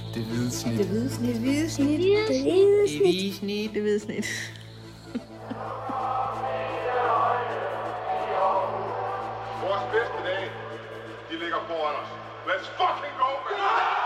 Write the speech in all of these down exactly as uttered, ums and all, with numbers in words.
Det hvide snit. Det hvide snit. Det hvide snit. Det hvide snit. Det hvide snit. Det hvide snit. Vores bedste dage, de ligger foran os. Let's fucking go, man!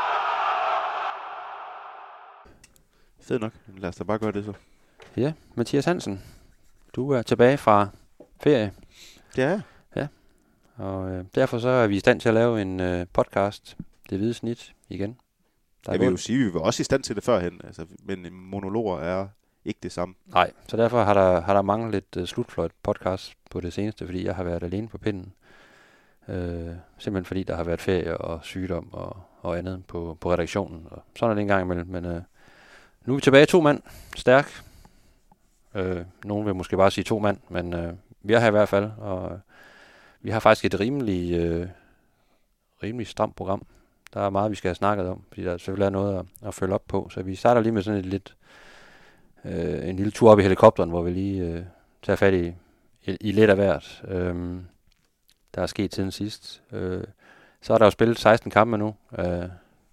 Fed nok. Lad os da bare gøre det så. Ja, Mathias Hansen. Du er tilbage fra ferie. Det er Ja. Og øh, derfor så er vi i stand til at lave en øh, podcast, Det Hvide Snit, igen. Der Jeg vil jo sige, vi var også i stand til det førhen, altså, men monologer er ikke det samme. Nej, så derfor har der, har der manglet lidt uh, slutfløjt podcast på det seneste, fordi jeg har været alene på pinden. Øh, simpelthen fordi der har været ferie og sygdom og, og andet på, på redaktionen. Og sådan er det en gang imellem, men øh, nu er vi tilbage to mand, stærk. Øh, nogen vil måske bare sige to mand, men øh, vi er her i hvert fald, og øh, vi har faktisk et rimelig, øh, rimelig stramt program. Der er meget, vi skal have snakket om, fordi der selvfølgelig er noget at, at følge op på. Så vi starter lige med sådan et lidt, øh, en lille tur op i helikopteren, hvor vi lige øh, tager fat i, i, i lidt af hvert. Øh, der er sket siden sidst. Øh, så er der jo spillet seksten kampe nu øh,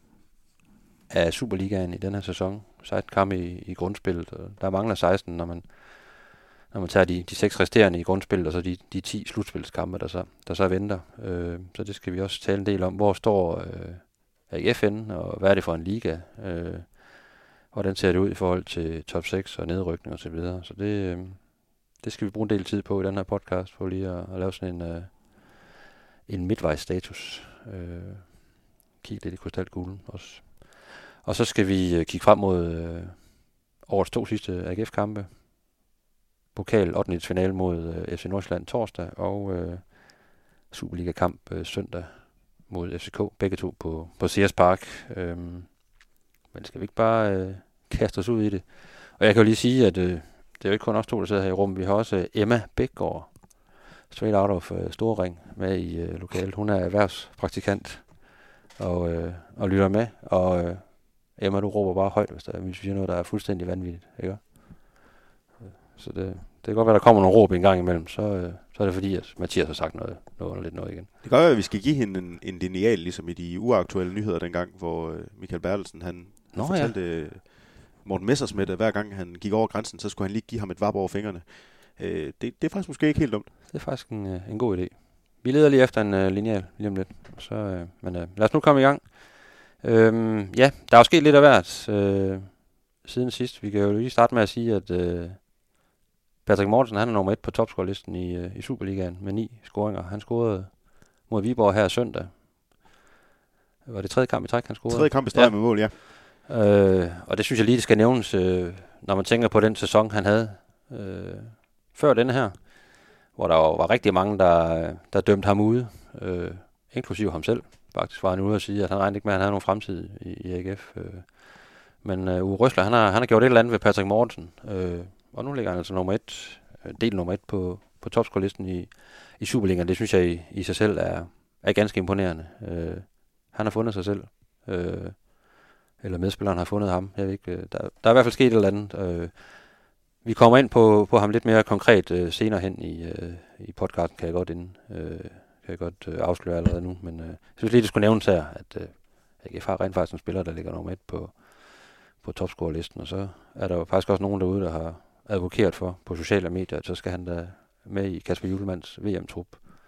af Superligaen i den her sæson. seksten kampe i, i grundspillet, og der mangler seksten, når man, når man tager de, de seks resterende i grundspillet, og så de, de ti slutspilskampe, der så, der så venter. Øh, så det skal vi også tale en del om. Hvor står øh, A G F N, og hvad er det for en liga? Øh, hvordan ser det ud i forhold til top seks og nedrykning og så videre. Så det, øh, det skal vi bruge en del tid på i den her podcast, for lige at, at lave sådan en, øh, en midtvejsstatus. Øh, kigge lidt i krystalkuglen også. Og så skal vi øh, kigge frem mod øh, årets to sidste A G F-kampe. Pokal ottende finale mod øh, F C Nordsjælland torsdag, og øh, Superliga-kamp øh, søndag mod F C K. Begge to på, på Sears Park. Øhm, men skal vi ikke bare øh, kaste os ud i det? Og jeg kan jo lige sige, at øh, det er jo ikke kun os to, der sidder her i rummet. Vi har også øh, Emma Bækgaard, straight out of øh, Storring, med i øh, lokalet. Hun er erhvervspraktikant og, øh, og lytter med. Og øh, Emma, du råber bare højt, hvis der hvis vi siger noget, der er fuldstændig vanvittigt, ikke? Så det, det kan godt være, der kommer nogle råb en gang imellem, så, øh, så er det fordi, at Mathias har sagt noget, noget underligt noget igen. Det kan godt være, at vi skal give hende en, en lineal, ligesom i de uaktuelle nyheder dengang, hvor øh, Michael Bertelsen, han Nå, fortalte ja. Morten Messersmith, at hver gang han gik over grænsen, så skulle han lige give ham et vap over fingrene. Øh, det, det er faktisk måske ikke helt dumt. Det er faktisk en, en god idé. Vi leder lige efter en uh, lineal lige om lidt. Så, øh, men øh, lad os nu komme i gang. Øhm, ja, der er jo sket lidt af hvert øh, siden sidst. Vi kan jo lige starte med at sige, at øh, Patrick Mortensen, han er nummer et på topscore-listen i, øh, i Superligaen med ni scoringer. Han scorede mod Viborg her søndag. Var det tredje kamp i træk, han scorede? Tredje kamp i streg ja. med mål, ja. Øh, og det synes jeg lige, det skal nævnes, øh, når man tænker på den sæson, han havde øh, før denne her, hvor der jo var rigtig mange, der, der dømte ham ude, øh, inklusive ham selv. Faktisk var han ude at sige, at han regnede ikke med, at han havde nogen fremtid i, i A G F. Øh. Men øh, Uwe Røsler, han har, han har gjort et eller andet ved Patrick Mortensen, øh, og nu ligger han altså nummer et, del nummer et på, på topscore-listen i, i Superligaen. Det synes jeg i, i sig selv er, er ganske imponerende. Øh, han har fundet sig selv. Øh, eller medspilleren har fundet ham. Jeg ved ikke, der, der er i hvert fald sket et eller andet. Øh, vi kommer ind på, på ham lidt mere konkret øh, senere hen i, øh, i podcasten, kan jeg godt, inden, øh, kan jeg godt øh, afsløre allerede nu. Men øh, jeg synes lige, det skulle nævnes her, at øh, A G F har rent faktisk en spiller, der ligger nummer et på, på topscore-listen. Og så er der jo faktisk også nogen derude, der har advokeret for på sociale medier, at så skal han da med i Kasper Hjulmands V M-trup.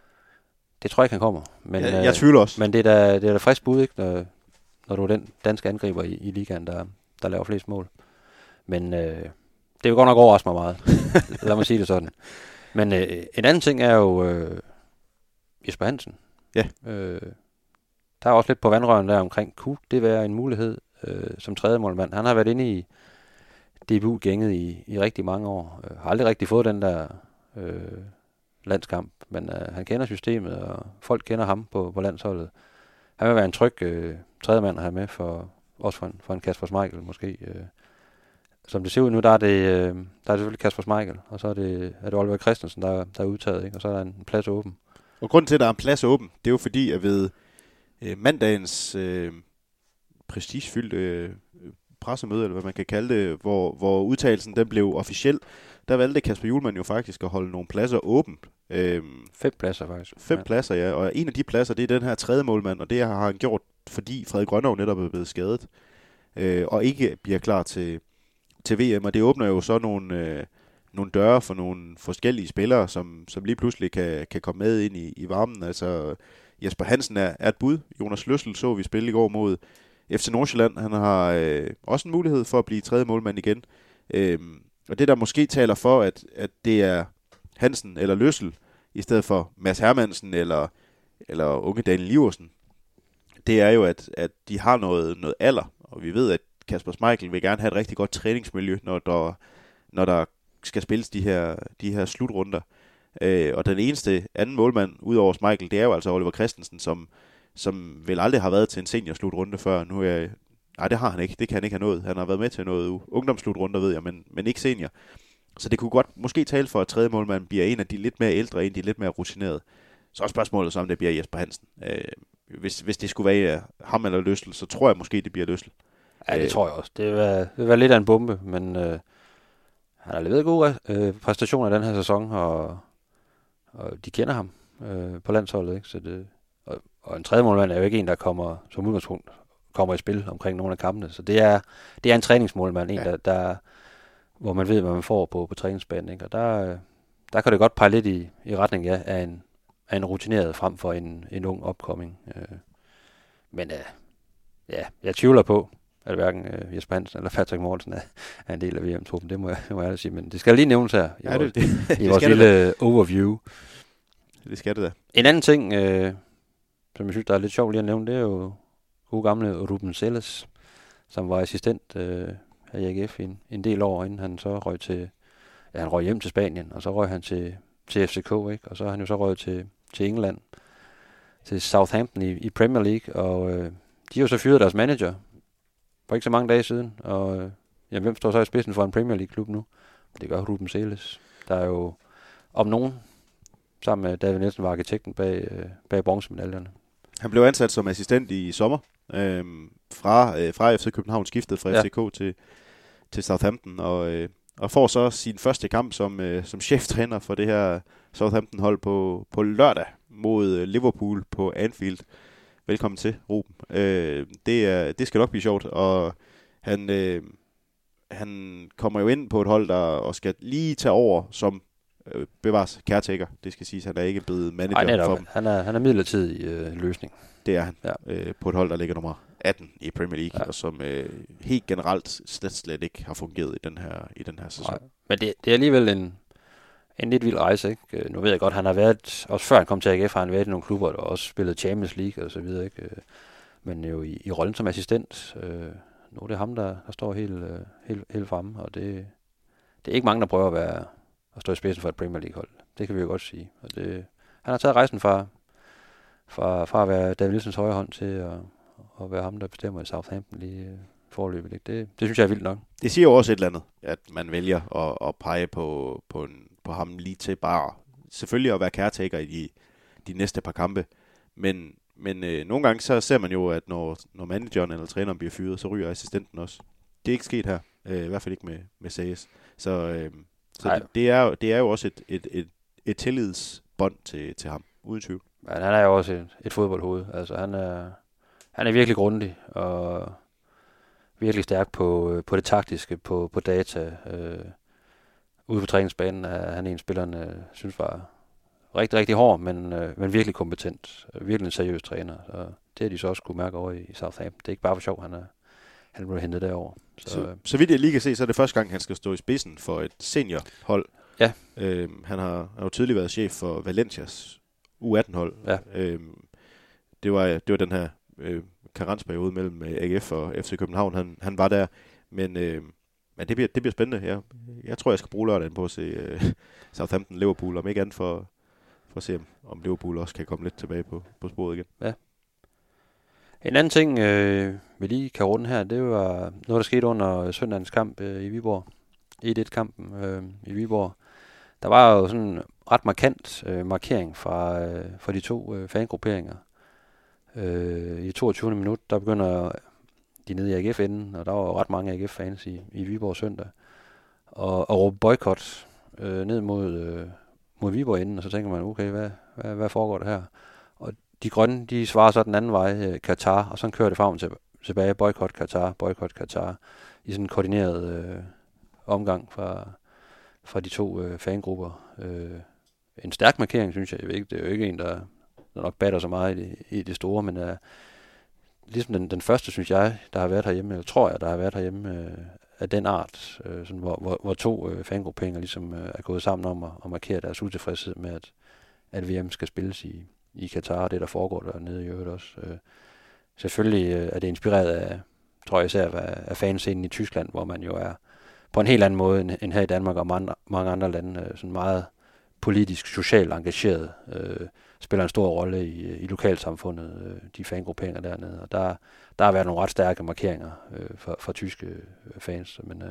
Det tror jeg ikke, han kommer. Men, jeg, jeg tvivler også. Øh, men det er da, det er da frisk bud, ikke? Når, når du er den danske angriber i, i ligaen, der, der laver flest mål. Men øh, det vil godt nok overraske mig meget. Lad mig sige det sådan. Men øh, en anden ting er jo øh, Jesper Hansen. Ja. Øh, der er også lidt på vandrøren der omkring, kunne det være en mulighed øh, som tredje målmand? Han har været inde i D B U-gænget i, i rigtig mange år. Øh, har aldrig rigtig fået den der øh, landskamp, men øh, han kender systemet, og folk kender ham på, på landsholdet. Han vil være en tryg øh, tredje mand at have med, for, også for en, for en Kasper Schmeichel måske. Øh. Som det ser ud nu, der er det, øh, der er det selvfølgelig Kasper Schmeichel, og så er det, er det Oliver Christensen, der, der er udtaget, ikke? Og så er der en plads åben. Og grunden til, at der er en plads åben, det er jo fordi, at ved øh, mandagens øh, prestigefyldte øh, pressemøde, eller hvad man kan kalde det, hvor, hvor udtalelsen den blev officiel, der valgte Kasper Hjulmand jo faktisk at holde nogle pladser åbent. Øhm, fem pladser faktisk. Fem ja. pladser, ja. Og en af de pladser, det er den her tredje målmand, og det har han gjort, fordi Frederik Grønov netop er blevet skadet. øh, og ikke bliver klar til, til V M, og det åbner jo så nogle, øh, nogle døre for nogle forskellige spillere, som, som lige pludselig kan, kan komme med ind i, i varmen. Altså Jesper Hansen er, er et bud. Jonas Løssel så vi spille i går mod F C Nordsjælland. Han har øh, også en mulighed for at blive tredje målmand igen. Øh, og det der måske taler for, at, at det er Hansen eller Løssel, i stedet for Mads Hermansen eller, eller unge Daniel Liversen, det er jo, at, at de har noget, noget alder, og vi ved, at Kasper Schmeichel vil gerne have et rigtig godt træningsmiljø, når der, når der skal spilles de her, de her slutrunder. Øh, og den eneste anden målmand, ud over Schmeichel, det er jo altså Oliver Christensen, som, som vel aldrig har været til en seniorslutrunde før. Nu er jeg, nej, det har han ikke. Det kan han ikke have nået. Han har været med til noget ungdomsslutrunder, ved jeg, men, men ikke senior. Så det kunne godt måske tale for, at tredje målmand bliver en af de lidt mere ældre, en af de lidt mere rutinerede. Så er spørgsmålet så, om det bliver Jesper Hansen. Øh, hvis, hvis det skulle være ham eller Løssel, så tror jeg måske, det bliver Løssel. Ja, det øh, tror jeg også. Det vil være, det vil være lidt af en bombe, men øh, han har leveret gode øh, præstationer i den her sæson, og, og de kender ham øh, på landsholdet. Ikke? Så det, og, og en tredje målmand er jo ikke en, der kommer som udgangspunkt kommer i spil omkring nogle af kampene. Så det er, det er en træningsmålmand, en, ja. der, der, hvor man ved, hvad man får på, på træningsbanen. Ikke? Og der, der kan det godt pege lidt i, i retning ja, af, en, af en rutineret frem for en, en ung opkoming. Øh, men øh, ja, jeg tvivler på, at hverken øh, Jesper Hansen eller Patrick Mortensen er, er en del af V M-truppen. Det må jeg, det må jeg sige, men det skal lige nævnes her i ja, vores, det, det, i vores lille det. overview. Det skal det da. En anden ting, øh, som jeg synes, der er lidt sjovt lige at nævne, det er jo gode gamle Ruben Selles, som var assistent øh, af A G F en, en del år, inden han så røg til, ja, han røg hjem til Spanien, og så røg han til, til F C K, ikke? Og så har han jo så røget til, til England, til Southampton i, i Premier League, og øh, de har jo så fyret deres manager for ikke så mange dage siden, og øh, jamen, hvem står så i spidsen for en Premier League-klub nu? Det gør Ruben Selles. Der er jo om nogen, sammen med David Nielsen, var arkitekten bag, øh, bag bronzemedaljerne. Han blev ansat som assistent i sommer, øh, fra, øh, fra F C København, skiftet fra ja. F C K til, til Southampton, og, øh, og får så sin første kamp som, øh, som cheftræner for det her Southampton-hold på, på lørdag mod Liverpool på Anfield. Velkommen til, Ruben. Øh, det, er, det skal nok blive sjovt, og han, øh, han kommer jo ind på et hold, der og skal lige tage over som øh, bevares caretaker. Det skal siges, han er ikke blevet manager. Ej, netop. For dem. Han er, han er midlertidig øh, løsning. Det er han. Ja. Øh, på et hold, der ligger nummer atten i Premier League, ja. Og som øh, helt generelt slet, slet ikke har fungeret i den her, i den her sæson. Nej. Men det, det er alligevel en, en lidt vild rejse, ikke? Nu ved jeg godt, han har været, også før han kom til A G F, har han været i nogle klubber, der også spillet Champions League og så videre, ikke? Men jo i, i rollen som assistent, øh, nu er det ham, der, der står helt, øh, helt, helt fremme, og det, det er ikke mange, der prøver at, være, at stå i spidsen for et Premier League-hold. Det kan vi jo godt sige. Og det, han har taget rejsen fra, fra, fra at være David Nielsens højre hånd til at, at være ham, der bestemmer i Southampton lige forløbet. Ikke? Det, det synes jeg er vildt nok. Det siger jo også et eller andet, at man vælger at, at pege på, på, en, på ham lige til bare selvfølgelig at være caretaker i de, de næste par kampe. Men, men øh, nogle gange så ser man jo, at når, når manageren eller træneren bliver fyret, så ryger assistenten også. Det er ikke sket her. Øh, I hvert fald ikke med, med C S. Så, øh, så det, det, er, det er jo også et, et, et, et tillidsbånd til, til ham, uden tvivl. Men han er jo også et, et fodboldhoved. Altså, han er, han er virkelig grundig og virkelig stærk på, på det taktiske, på, på data. Øh, ude på træningsbanen er han en spillerne, øh, synes var rigtig, rigtig hård, men, øh, men virkelig kompetent. Virkelig en seriøs træner. Så det har de så også kunne mærke over i Southampton. Det er ikke bare for sjov, han er han blev hentet derover. Så, så, øh, så vidt jeg lige kan se, så er det første gang, han skal stå i spidsen for et seniorhold. Ja. Øh, han har, har jo tydeligt været chef for Valencias U atten-hold. Ja. Øh, det, var, det var den her øh, karensperiode mellem A G F og F C København. Han, han var der, men, øh, men det, bliver, det bliver spændende. Jeg, jeg tror, jeg skal bruge lørdagen på at se øh, Southampton-Liverpool, om ikke andet for, for at se, om Liverpool også kan komme lidt tilbage på, på sporet igen. Ja. En anden ting, øh, vi lige kan runde her, det var noget, der skete under søndagens kamp øh, i Viborg. et et-kampen øh, i Viborg. Der var jo sådan en ret markant øh, markering fra, øh, fra de to øh, fangrupperinger. Øh, I toogtyvende minut, der begynder de nede i A G F-enden, og der var jo ret mange A G F-fans i, i Viborg søndag, og, og råbe boykot øh, ned mod, øh, mod Viborg-enden, og så tænker man, okay, hvad, hvad, hvad foregår der her? Og de grønne, de svarer så den anden vej, øh, Katar, og så kører det frem og, til, tilbage, boykot Katar, boykot Katar, i sådan en koordineret øh, omgang fra, fra de to øh, fangrupper. Øh, en stærk markering, synes jeg. Jeg ved ikke, det er jo ikke en, der, der nok batter så meget i det, i det store, men er ligesom den, den første, synes jeg, der har været herhjemme, eller tror jeg, der har været herhjemme, øh, af den art, øh, sådan, hvor, hvor, hvor to øh, fangrupperinger ligesom øh, er gået sammen om at, at markere deres utilfredshed med, at, at V M skal spilles i, i Katar, og det der foregår dernede i øvrigt også. Øh, selvfølgelig øh, er det inspireret af, tror jeg især, af, af fanscenen i Tyskland, hvor man jo er på en helt anden måde end, end her i Danmark og mange, mange andre lande, øh, sådan meget politisk, socialt engageret, øh, spiller en stor rolle i, i lokalsamfundet, øh, de fangrupperinger dernede, og der, der har været nogle ret stærke markeringer øh, for, for tyske øh, fans, men, øh,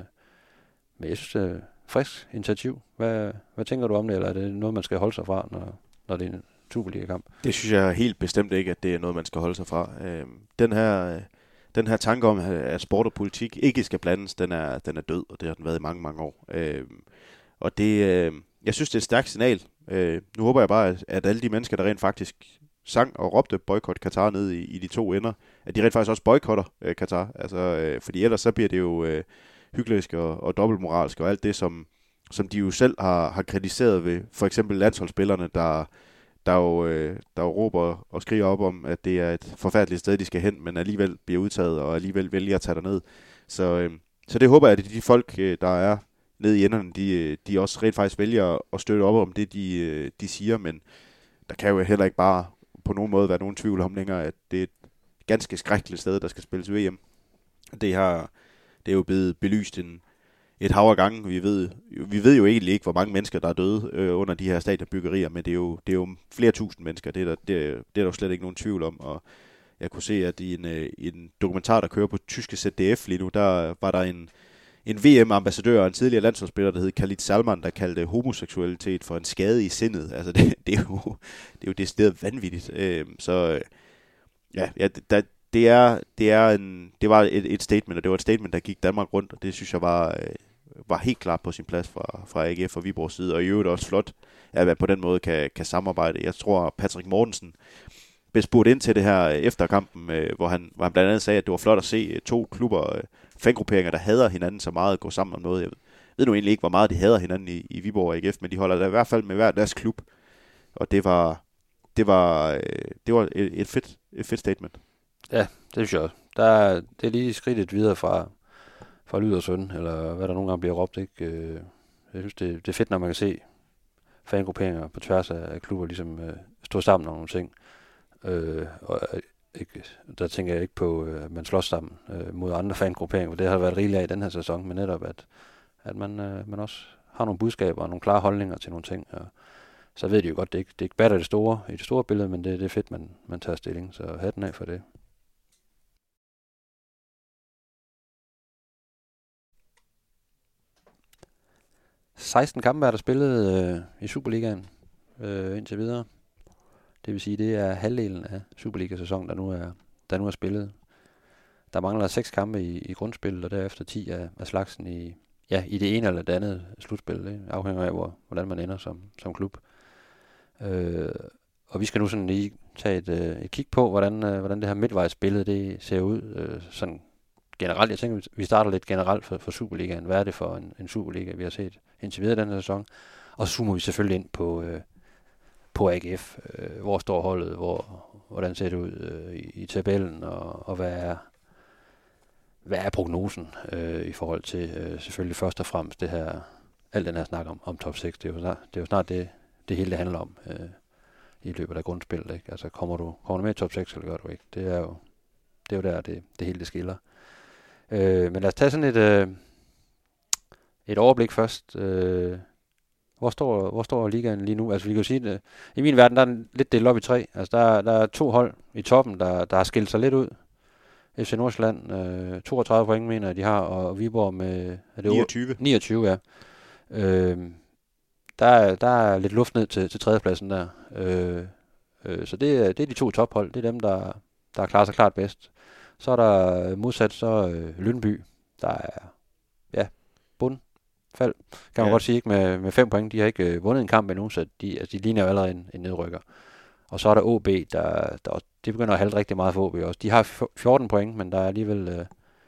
men jeg synes, det er et frisk initiativ. Hvad, hvad tænker du om det, eller er det noget, man skal holde sig fra, når, når det er en Superliga-kamp? Det synes jeg helt bestemt ikke, at det er noget, man skal holde sig fra. Øh, den her... Øh Den her tanke om, at sport og politik ikke skal blandes, den er, den er død, og det har den været i mange, mange år. Øh, og det, øh, jeg synes, det er et stærkt signal. Øh, nu håber jeg bare, at, at alle de mennesker, der rent faktisk sang og råbte boykot Katar ned i, i de to ender, at de rent faktisk også boykotter øh, Katar. Altså, øh, fordi ellers så bliver det jo øh, hyklerisk og, og dobbeltmoralsk, og alt det, som, som de jo selv har, har kritiseret ved for eksempel landsholdsspillerne, der Der jo, øh, der jo råber og skriger op om, at det er et forfærdeligt sted, de skal hen, men alligevel bliver udtaget og alligevel vælger at tage derned. Så, øh, så det håber jeg, at de folk, der er nede i enderne, de, de også rent faktisk vælger at støtte op om det, de, de siger, men der kan jo heller ikke bare på nogen måde være nogen tvivl om længere, at det er et ganske skrækkeligt sted, der skal spilles V M. Det, har, det er jo blevet belyst en et hav af gange. Vi ved, vi ved jo egentlig ikke, hvor mange mennesker, der er døde øh, under de her stadionbyggerier, men det er jo, det er jo flere tusind mennesker. Det er, der, det, er, det er der jo slet ikke nogen tvivl om. Og jeg kunne se, at i en, øh, en dokumentar, der kører på tyske Z D F lige nu, der var der en, en V M-ambassadør og en tidligere landsholdsspiller, der hed Khalid Salman, der kaldte homoseksualitet for en skade i sindet. Altså, det, det er jo det er jo decideret vanvittigt. Øh, så ja, ja der, det, er, det, er en, det var et, et statement, og det var et statement, der gik Danmark rundt, og det synes jeg var... Øh, var helt klart på sin plads fra, fra A G F og Viborgs side, og i øvrigt også flot, at man på den måde kan, kan samarbejde. Jeg tror, Patrick Mortensen blev spurgt ind til det her efter kampen, øh, hvor, han, hvor han blandt andet sagde, at det var flot at se to klubber, øh, fangrupperinger, der hader hinanden så meget, gå sammen om noget. Jeg ved nu egentlig ikke, hvor meget de hader hinanden i, i Viborg og A G F, men de holder da i hvert fald med hver deres klub, og det var, det var, øh, det var et, et, fedt, et fedt statement. Ja, det synes jeg også. Der er, det er lige skridtet videre fra fra lyd og søn, eller hvad der nogle gange bliver råbt, ikke? Jeg synes, det, det er fedt, når man kan se fangrupperinger på tværs af klubber ligesom øh, stå sammen om nogle ting. Øh, og ikke, der tænker jeg ikke på, at man slås sammen øh, mod andre fangrupperinger, det har været rigeligt af i den her sæson, men netop, at, at man, øh, man også har nogle budskaber og nogle klare holdninger til nogle ting. Og så ved de jo godt, det ikke, det ikke batter det store i det store billede, men det, det er fedt, man, man tager stilling, så hatten af for det. seksten kampe er der spillet øh, i Superligaen øh, indtil videre. Det vil sige, det er halvdelen af Superliga-sæsonen, der nu er, der nu er spillet. Der mangler seks kampe i, i grundspillet, og derefter ti af, af slagsen i, ja, i det ene eller det andet slutspil. Det afhænger af, hvor, hvordan man ender som, som klub. Øh, og vi skal nu sådan lige tage et, et kig på, hvordan, øh, hvordan det her midtvejsbillede det ser ud. Øh, sådan generelt, jeg tænker, vi starter lidt generelt for, for Superligaen. Hvad er det for en, en Superliga, vi har set indtil videre den her sæson? Og så zoomer vi selvfølgelig ind på, øh, på A G F. Øh, hvor står holdet? Hvor, hvordan ser det ud øh, i, i tabellen? Og, og hvad er, hvad er prognosen øh, i forhold til øh, selvfølgelig først og fremmest det her, al den her snak om, om top seks. Det er jo snart det, er jo snart det, det hele det handler om øh, i løbet af grundspillet. Ikke? Altså kommer du, kommer du med i top seks, eller gør du ikke? Det er jo, det er jo der, det, det hele det skiller. Øh, men lad os tage sådan et, øh, et overblik først. Øh, hvor, står, hvor står ligaen lige nu? Altså vi kan jo sige, at i min verden der er den lidt delt op i tre. Altså der, der er to hold i toppen, der, der har skilt sig lidt ud. F C Nordsjælland, øh, toogtredive point mener jeg, de har, og Viborg med er det niogtyve. niogtyve, ja. Øh, der, er, der er lidt luft ned til, til tredjepladsen der. Øh, øh, så det er, det er de to tophold. Det er dem, der, der klarer sig klart bedst. Så er der modsat så øh, Lyngby, der er ja, bundfald, kan man ja. godt sige, ikke med, med fem point. De har ikke øh, vundet en kamp endnu, så de, altså, de ligner jo allerede en, en nedrykker. Og så er der O B, der, der det begynder at halte rigtig meget for O B også. De har fjorten point, men der er alligevel øh,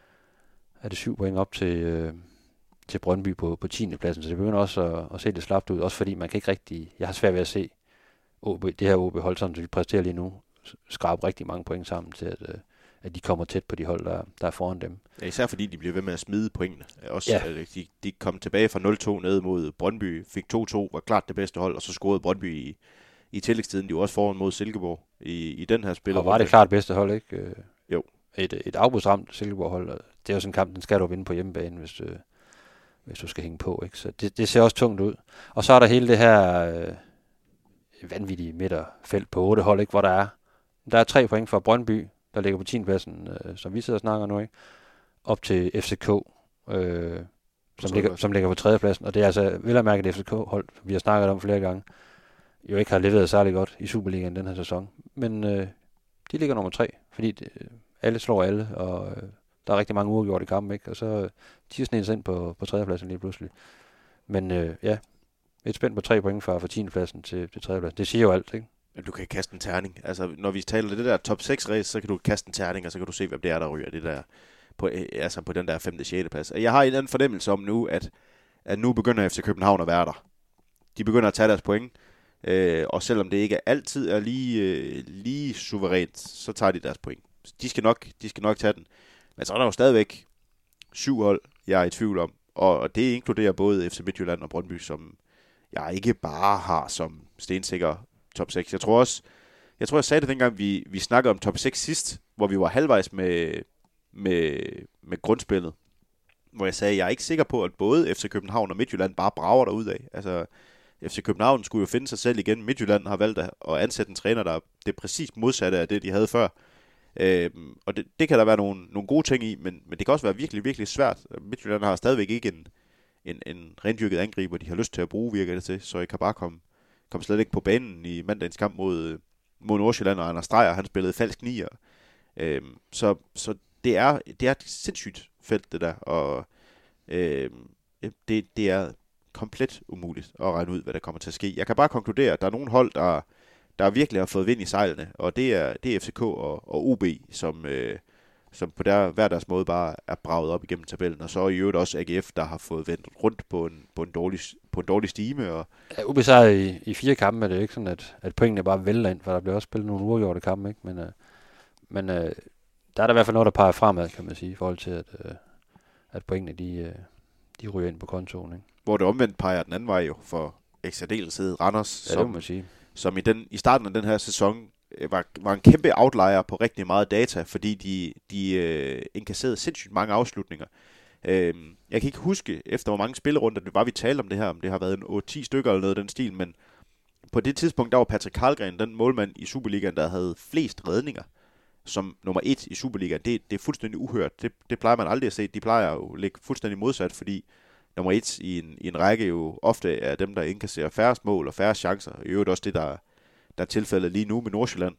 er det syv point op til, øh, til Brøndby på, på tiende pladsen, så det begynder også at, at se lidt slapt ud, også fordi man kan ikke rigtig, jeg har svært ved at se O B, det her O B-hold, sådan, så de præsterer lige nu, skrabe rigtig mange point sammen til, at, øh, at de kommer tæt på de hold, der, der er foran dem. Ja, især fordi de bliver ved med at smide pointene. Også, ja. de, de kom tilbage fra nul to ned mod Brøndby, fik to to, var klart det bedste hold, og så scorede Brøndby i, i tillægstiden. De var også foran mod Silkeborg i, i den her spil. Og var det klart bedste hold, ikke? Øh, jo. Et, et afbudsramt Silkeborg-hold. Det er jo sådan en kamp, den skal du vinde på hjemmebane, hvis, øh, hvis du skal hænge på, ikke? Så det, det ser også tungt ud. Og så er der hele det her øh, vanvittige midterfelt på otte hold, ikke? Hvor der er, der er tre point fra Brøndby, der ligger på tiende pladsen, øh, som vi sidder og snakker nu, ikke? Op til F C K, øh, som, ligger, som ligger på tredje pladsen. Og det er altså vel at mærke et F C K-hold, vi har snakket om flere gange, jo ikke har leveret særlig godt i Superligaen den her sæson. Men øh, de ligger nummer tre, fordi det, alle slår alle, og øh, der er rigtig mange uafgjorte i kampen, ikke? Og så tiger snedet sig ind på, på tredjepladsen lige pludselig. Men øh, ja, et spænd på tre point fra, fra tiende pladsen til, til tredjepladsen. Det siger jo alt, ikke? Du kan kaste en terning. Altså, når vi taler det der top seks race, så kan du kaste en terning, og så kan du se, hvem det er, der ryger det der på, altså på den der femte sjette plads. Jeg har en anden fornemmelse om nu, at, at nu begynder F C København at være der. De begynder at tage deres point, øh, og selvom det ikke altid er lige, øh, lige suverænt, så tager de deres point. De skal nok, de skal nok tage den. Men så er der jo stadigvæk syv hold, jeg er i tvivl om, og, og det inkluderer både F C Midtjylland og Brøndby, som jeg ikke bare har som stensikker top seks. Jeg tror også, jeg tror jeg sagde det dengang vi vi snakkede om top seks sidst, hvor vi var halvvejs med med med grundspillet, hvor jeg sagde, at jeg er ikke sikker på, at både F C København og Midtjylland bare brager derud af. Altså F C København skulle jo finde sig selv igen. Midtjylland har valgt at ansætte en træner, der er det præcis modsatte af det, de havde før. Øhm, og det, det kan der være nogle, nogle gode ting i, men, men det kan også være virkelig, virkelig svært. Midtjylland har stadigvæk ikke en, en, en rendyrket angriber, de har lyst til at bruge, virker det til, så jeg kan bare komme kom slet ikke på banen i mandagens kamp mod, mod Nordsjælland, og Anders Dreyer, han spillede falsk nier. Øhm, så så det, er, det er et sindssygt felt, det der, og øhm, det, det er komplet umuligt at regne ud, hvad der kommer til at ske. Jeg kan bare konkludere, at der er nogle hold, der, der virkelig har fået vind i sejlene, og det er, det er F C K og, og O B, som, øh, som på der, hver deres måde bare er braget op igennem tabellen, og så i øvrigt også A G F, der har fået vendt rundt på en, på en, dårlig, på en dårlig stime. Og ja, ubesejret i, i fire kampe er det ikke sådan, at, at pointene bare vælter ind, for der bliver også spillet nogle uafgjorte kampe, ikke? Men, øh, men øh, der er der i hvert fald noget, der peger fremad, kan man sige, i forhold til, at, øh, at pointene, de, øh, de ryger ind på kontoen, ikke? Hvor det omvendt peger den anden vej jo, for ekstradelset Randers, ja, som, man sige. som i, den, i starten af den her sæson var, var en kæmpe outlier på rigtig meget data, fordi de, de øh, inkasserede sindssygt mange afslutninger. Øh, jeg kan ikke huske, efter hvor mange spillerunder det var, vi talte om det her, om det har været en otte ti stykker eller noget af den stil, men på det tidspunkt, der var Patrick Karlgren den målmand i Superligaen, der havde flest redninger som nummer et i Superligaen. Det, det er fuldstændig uhørt. Det, det plejer man aldrig at se. De plejer jo at ligge fuldstændig modsat, fordi nummer et i en, i en række jo ofte er dem, der indkasserer færrest mål og færrest chancer. I øvrigt også det, der, der er tilfældet lige nu med Nordsjælland.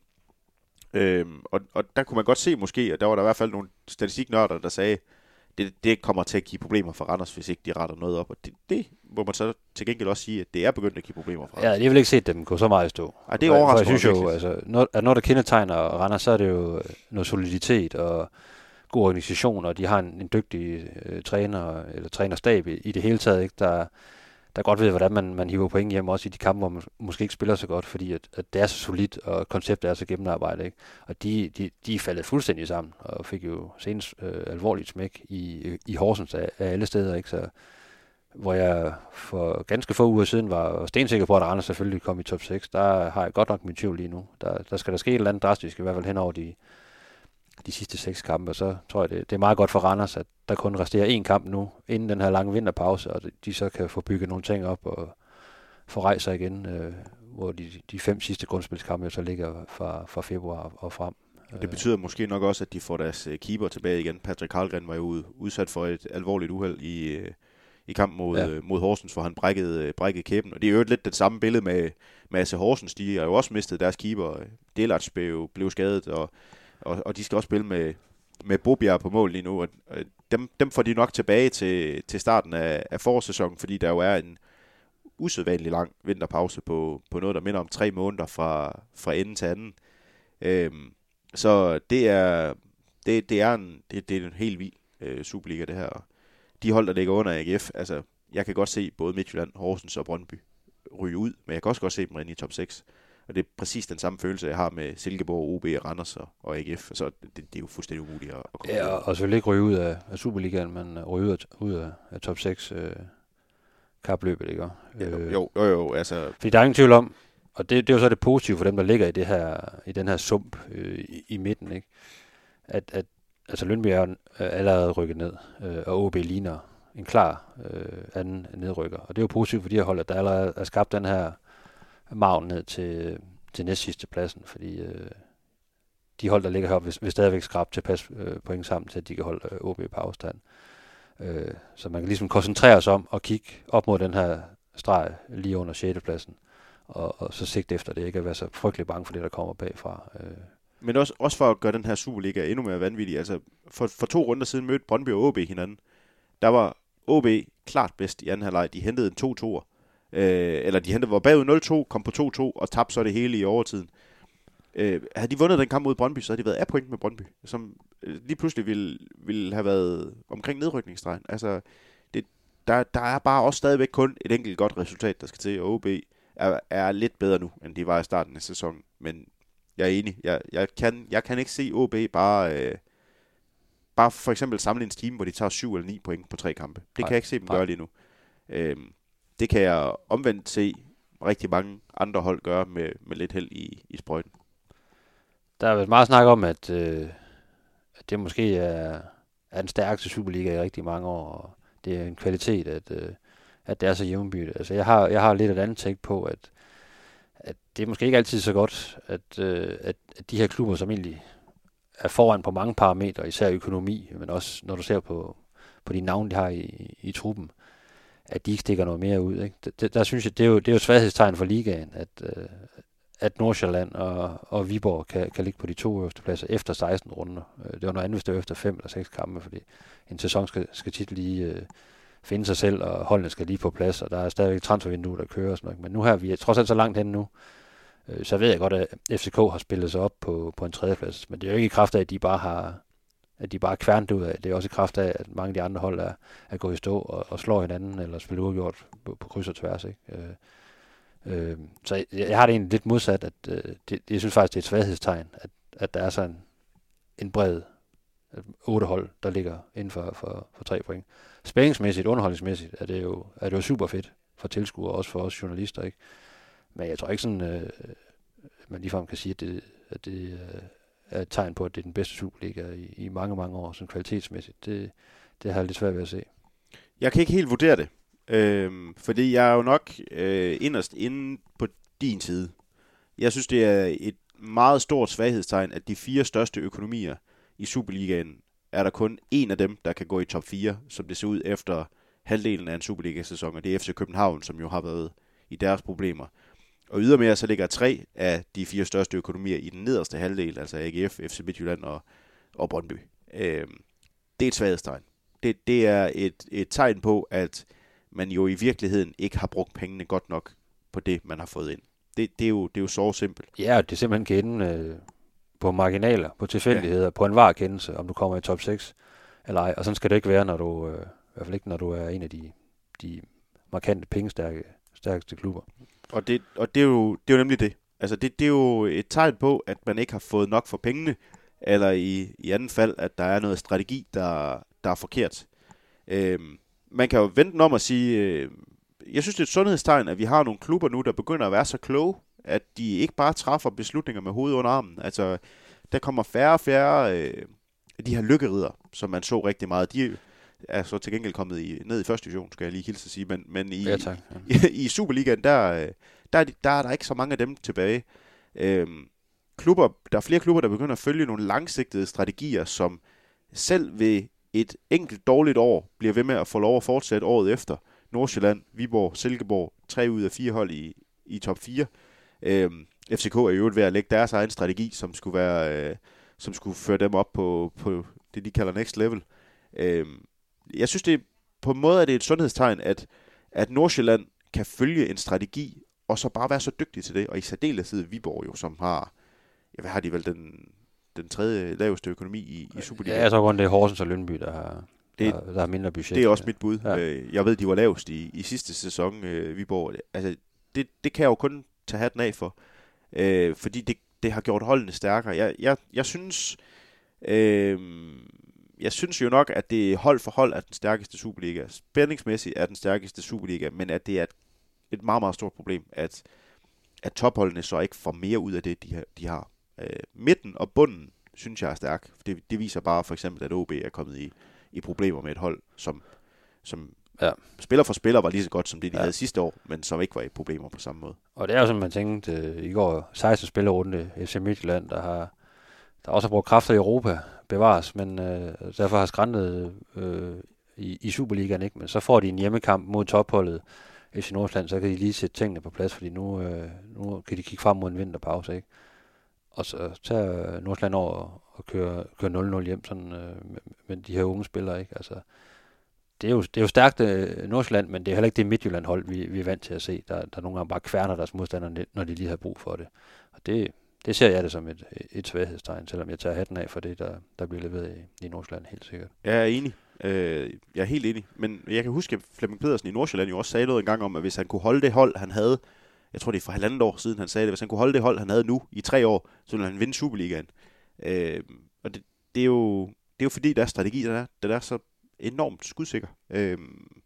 Øhm, og, og der kunne man godt se måske, at der var der i hvert fald nogle statistiknørder, der sagde, det, det kommer til at give problemer for Randers, hvis ikke de retter noget op. Og det, det må man så til gengæld også sige, at det er begyndt at give problemer for Randers. Ja, jeg vil ikke set dem gå så meget i stå. Ej, det er overraskende. Jeg synes jo, altså, noget, at noget, der kendetegner Randers, så er det jo noget soliditet og god organisation, og de har en, en dygtig øh, træner, eller trænerstab i, i det hele taget, ikke? Der, der godt ved, hvordan man, man hiver point hjem, også i de kampe, hvor man måske ikke spiller så godt, fordi at, at det er så solidt, og konceptet er så gennemarbejdet, ikke? Og de, de, de er faldet fuldstændig sammen, og fik jo senest øh, alvorligt smæk i, i Horsens af, af alle steder, ikke? Så, hvor jeg for ganske få uger siden var stensikker på, at Randers selvfølgelig kom i top seks, der har jeg godt nok min tvivl lige nu. Der, der skal der ske et eller andet drastisk, i hvert fald hen over de de sidste seks kampe, og så tror jeg, det, det er meget godt for Randers, at der kun resterer én kamp nu, inden den her lange vinterpause, og de så kan få bygget nogle ting op og få rejst sig igen, øh, hvor de, de fem sidste grundspilskampe så ligger fra, fra februar og frem. Det betyder måske nok også, at de får deres keeper tilbage igen. Patrick Karlgren var jo udsat for et alvorligt uheld i, i kampen mod, ja. mod Horsens, hvor han brækkede, brækkede kæben. Og det er jo lidt det samme billede med, med A C Horsens. De har jo også mistet deres keeper. Delarts blev, blev skadet, og Og, og de skal også spille med, med Bobjerg på mål lige nu. Og dem, dem får de nok tilbage til, til starten af, af forårssæsonen, fordi der jo er en usædvanlig lang vinterpause på, på noget, der minder om tre måneder fra, fra ende til anden. Øhm, så det er, det, det er en, det, det er en helt vild øh, Superliga, det her. Og de hold, der ligger under A G F, altså, jeg kan godt se både Midtjylland, Horsens og Brøndby ryge ud, men jeg kan også godt se dem inde i top seks. Og det er præcis den samme følelse, jeg har med Silkeborg, O B, Randers og, og A G F. Så det, det er jo fuldstændig umuligt at, at komme ja, ud. og, og selvfølgelig ikke ryge ud af, af Superligaen, men ryge ud af, ud af, af top seks øh, kapløbet, ikke? Øh, jo, jo, jo, altså... Fordi der er ingen tvivl om, og det, det er jo så det positive for dem, der ligger i, det her, i den her sump øh, i, i midten, ikke? At, at altså Lyngby er øh, allerede rykket ned, øh, og O B ligner en klar øh, anden nedrykker. Og det er jo positivt for de her hold, at der allerede er skabt den her margen ned til, til næstsidste pladsen, fordi øh, de hold, der ligger heroppe, vil, vil stadigvæk skrabe tilpas øh, point sammen til, at de kan holde øh, O B på afstand. Øh, så man kan ligesom koncentrere sig om at kigge op mod den her streg lige under sjette pladsen, og, og så sigte efter det, ikke at være så frygtelig bange for det, der kommer bagfra. Øh. Men også, også for at gøre den her Superliga endnu mere vanvittig. Altså, for, for to runder siden mødte Brøndby og O B hinanden. Der var O B klart bedst i anden halvleg. De hentede en to-toer. Øh, eller de hentede, var bagud nul to, kom på to-to og tabte så det hele i overtiden. Øh, havde de vundet den kamp mod Brøndby, så havde de været af point med Brøndby, som øh, lige pludselig ville, ville have været omkring nedrykningsstregen. Altså, det, der, der er bare også stadigvæk kun et enkelt godt resultat, der skal til, og O B er, er lidt bedre nu, end de var i starten af sæsonen. Men jeg er enig. Jeg, jeg, kan, jeg kan ikke se O B bare, øh, bare for eksempel samle en team, hvor de tager syv eller ni point på tre kampe. Det Nej, kan jeg ikke se dem nej. gøre lige nu. Øh, det kan jeg omvendt se rigtig mange andre hold gøre med, med lidt held i, i sprøjten. Der er meget snak om, at, øh, at det måske er, er den stærkeste Superliga i rigtig mange år, og det er en kvalitet, at, øh, at det er så jævnbyrdigt. Altså, jeg har, jeg har lidt et andet take på, at, at det er måske ikke altid så godt, at, øh, at, at de her klubber, som egentlig er foran på mange parametre, især økonomi, men også når du ser på, på de navne, de har i, i, i truppen, at de ikke stikker noget mere ud. Ikke? Det, det, der synes jeg, det er jo, det er jo et svaghedstegn for ligaen, at, øh, at Nordsjælland og, og Viborg kan, kan ligge på de to øverste pladser efter seksten runder. Det var noget andet, hvis det var efter fem eller seks kampe, fordi en sæson skal, skal tit lige øh, finde sig selv, og holdene skal lige på plads, og der er stadigvæk transfervindue, der kører og sådan noget. Men nu her, vi er trods alt så langt hen nu, øh, så ved jeg godt, at F C K har spillet sig op på, på en tredjeplads, men det er jo ikke i kraft af, at de bare har at de bare er kværnet ud af. Det er også i kraft af, at mange af de andre hold er, er gået i stå og, og slår hinanden, eller spiller uafgjort på, på kryds og tværs. Ikke? Øh, øh, så jeg, jeg har det egentlig lidt modsat, at øh, det, jeg synes faktisk, det er et svaghedstegn, at, at der er sådan en bred otte hold, der ligger inden for, for, for tre point. Spændingsmæssigt, underholdningsmæssigt er det jo, er det jo super fedt for tilskuere, også for os journalister. Ikke? Men jeg tror ikke sådan, øh, man ligefrem kan sige, at det, at det øh, er et tegn på, at det er den bedste Superliga i, i mange, mange år, sådan kvalitetsmæssigt. Det, det har jeg lidt svært ved at se. Jeg kan ikke helt vurdere det, øhm, fordi jeg er jo nok øh, inderst inde på din side. Jeg synes, det er et meget stort svaghedstegn, at de fire største økonomier i Superligaen, er der kun en af dem, der kan gå i top fire, som det ser ud efter halvdelen af en Superliga-sæson, og det er F C København, som jo har været i deres problemer. Og ydermere så ligger tre af de fire største økonomier i den nederste halvdel, altså A G F, F C Midtjylland og, og Brøndby. Øhm, det er et svaghedstegn. Det, det er et, et tegn på, at man jo i virkeligheden ikke har brugt pengene godt nok på det, man har fået ind. Det, det, er, jo, det er jo så simpelt. Ja, det er simpelthen kan ende øh, på marginaler, på tilfældigheder, ja. På en varekendelse, om du kommer i top seks eller ej. Og sådan skal det ikke være, når du, øh, i hvert fald ikke, når du er en af de, de markante pengestærke stærkeste klubber. Og det, og det, er jo, det er jo nemlig det. Altså det, det er jo et tegn på, at man ikke har fået nok for pengene, eller i, i anden fald, at der er noget strategi, der, der er forkert. Øhm, man kan jo vente om at sige, øh, jeg synes det er et sundhedstegn, at vi har nogle klubber nu, der begynder at være så kloge, at de ikke bare træffer beslutninger med hovedet under armen. Altså, der kommer færre og færre øh, de her lykkerider, som man så rigtig meget. De er så til gengæld kommet i, ned i første division, skal jeg lige hilse at sige, men, men i, ja, tak. Ja. i, i Superligaen, der, der, er de, der er der ikke så mange af dem tilbage. Øhm, klubber, der er flere klubber, der begynder at følge nogle langsigtede strategier, som selv ved et enkelt dårligt år bliver ved med at få lov at fortsætte året efter. Nordsjælland, Viborg, Silkeborg, tre ud af fire hold i, i top fire. Øhm, F C K er jo ved at lægge deres egen strategi, som skulle være, øh, som skulle føre dem op på, på det, de kalder next level. Øhm, jeg synes, det er, på en måde er det et sundhedstegn, at, at Nordsjælland kan følge en strategi, og så bare være så dygtig til det, og i særdeleshed Viborg jo, som har, ja, hvad har de vel, den, den tredje laveste økonomi i, i Superligaen. Ja, jeg tror kun, det er Horsens og Lyngby, der har, det, der, der har mindre budget. Det er også mit bud. Ja. Jeg ved, de var lavest i, i sidste sæson, øh, Viborg. Altså, det, det kan jeg jo kun tage hatten af for, øh, fordi det, det har gjort holdene stærkere. Jeg, jeg, jeg synes... Øh, Jeg synes jo nok, at det hold for hold er den stærkeste Superliga. Spændingsmæssigt er den stærkeste Superliga, men at det er et, et meget, meget stort problem, at, at topholdene så ikke får mere ud af det, de har. De har. Øh, midten og bunden synes jeg er stærk. Det, det viser bare for eksempel, at O B er kommet i, i problemer med et hold, som, som ja. spiller for spiller var lige så godt som det, de ja. havde sidste år, men som ikke var i problemer på samme måde. Og det er jo som man tænkte øh, i går, seksten spillerunde F C Midtjylland, der har der også har brugt kræfter i Europa, bevares, men øh, derfor har skræntet øh, i, i Superligaen, ikke? Men så får de en hjemmekamp mod topholdet F C Nordsjælland, så kan de lige sætte tingene på plads, fordi nu, øh, nu kan de kigge frem mod en vinterpause, ikke? Og så tager Nordsjælland over og køre, køre nul nul hjem sådan, øh, med, med de her unge spillere, ikke? Altså, det er jo, det er jo stærkt øh, Nordsjælland, men det er heller ikke det Midtjylland-hold, vi, vi er vant til at se. Der, der nogle gange bare kværner deres modstandere, når de lige har brug for det. Og det Det ser jeg det som et, et svaghedstegn, selvom jeg tager hatten af for det, der, der bliver leveret i, i Nordsjælland, helt sikkert. Jeg er enig. Øh, jeg er helt enig. Men jeg kan huske, at Flemming Pedersen i Nordsjælland jo også sagde noget en gang om, at hvis han kunne holde det hold, han havde, jeg tror det er for halvandet år siden, han sagde det, hvis han kunne holde det hold, han havde nu i tre år, så ville han vinde Superligaen. Øh, og det, det, er jo, det er jo fordi, der er strategi, der er, der er så enormt skudsikker. Øh,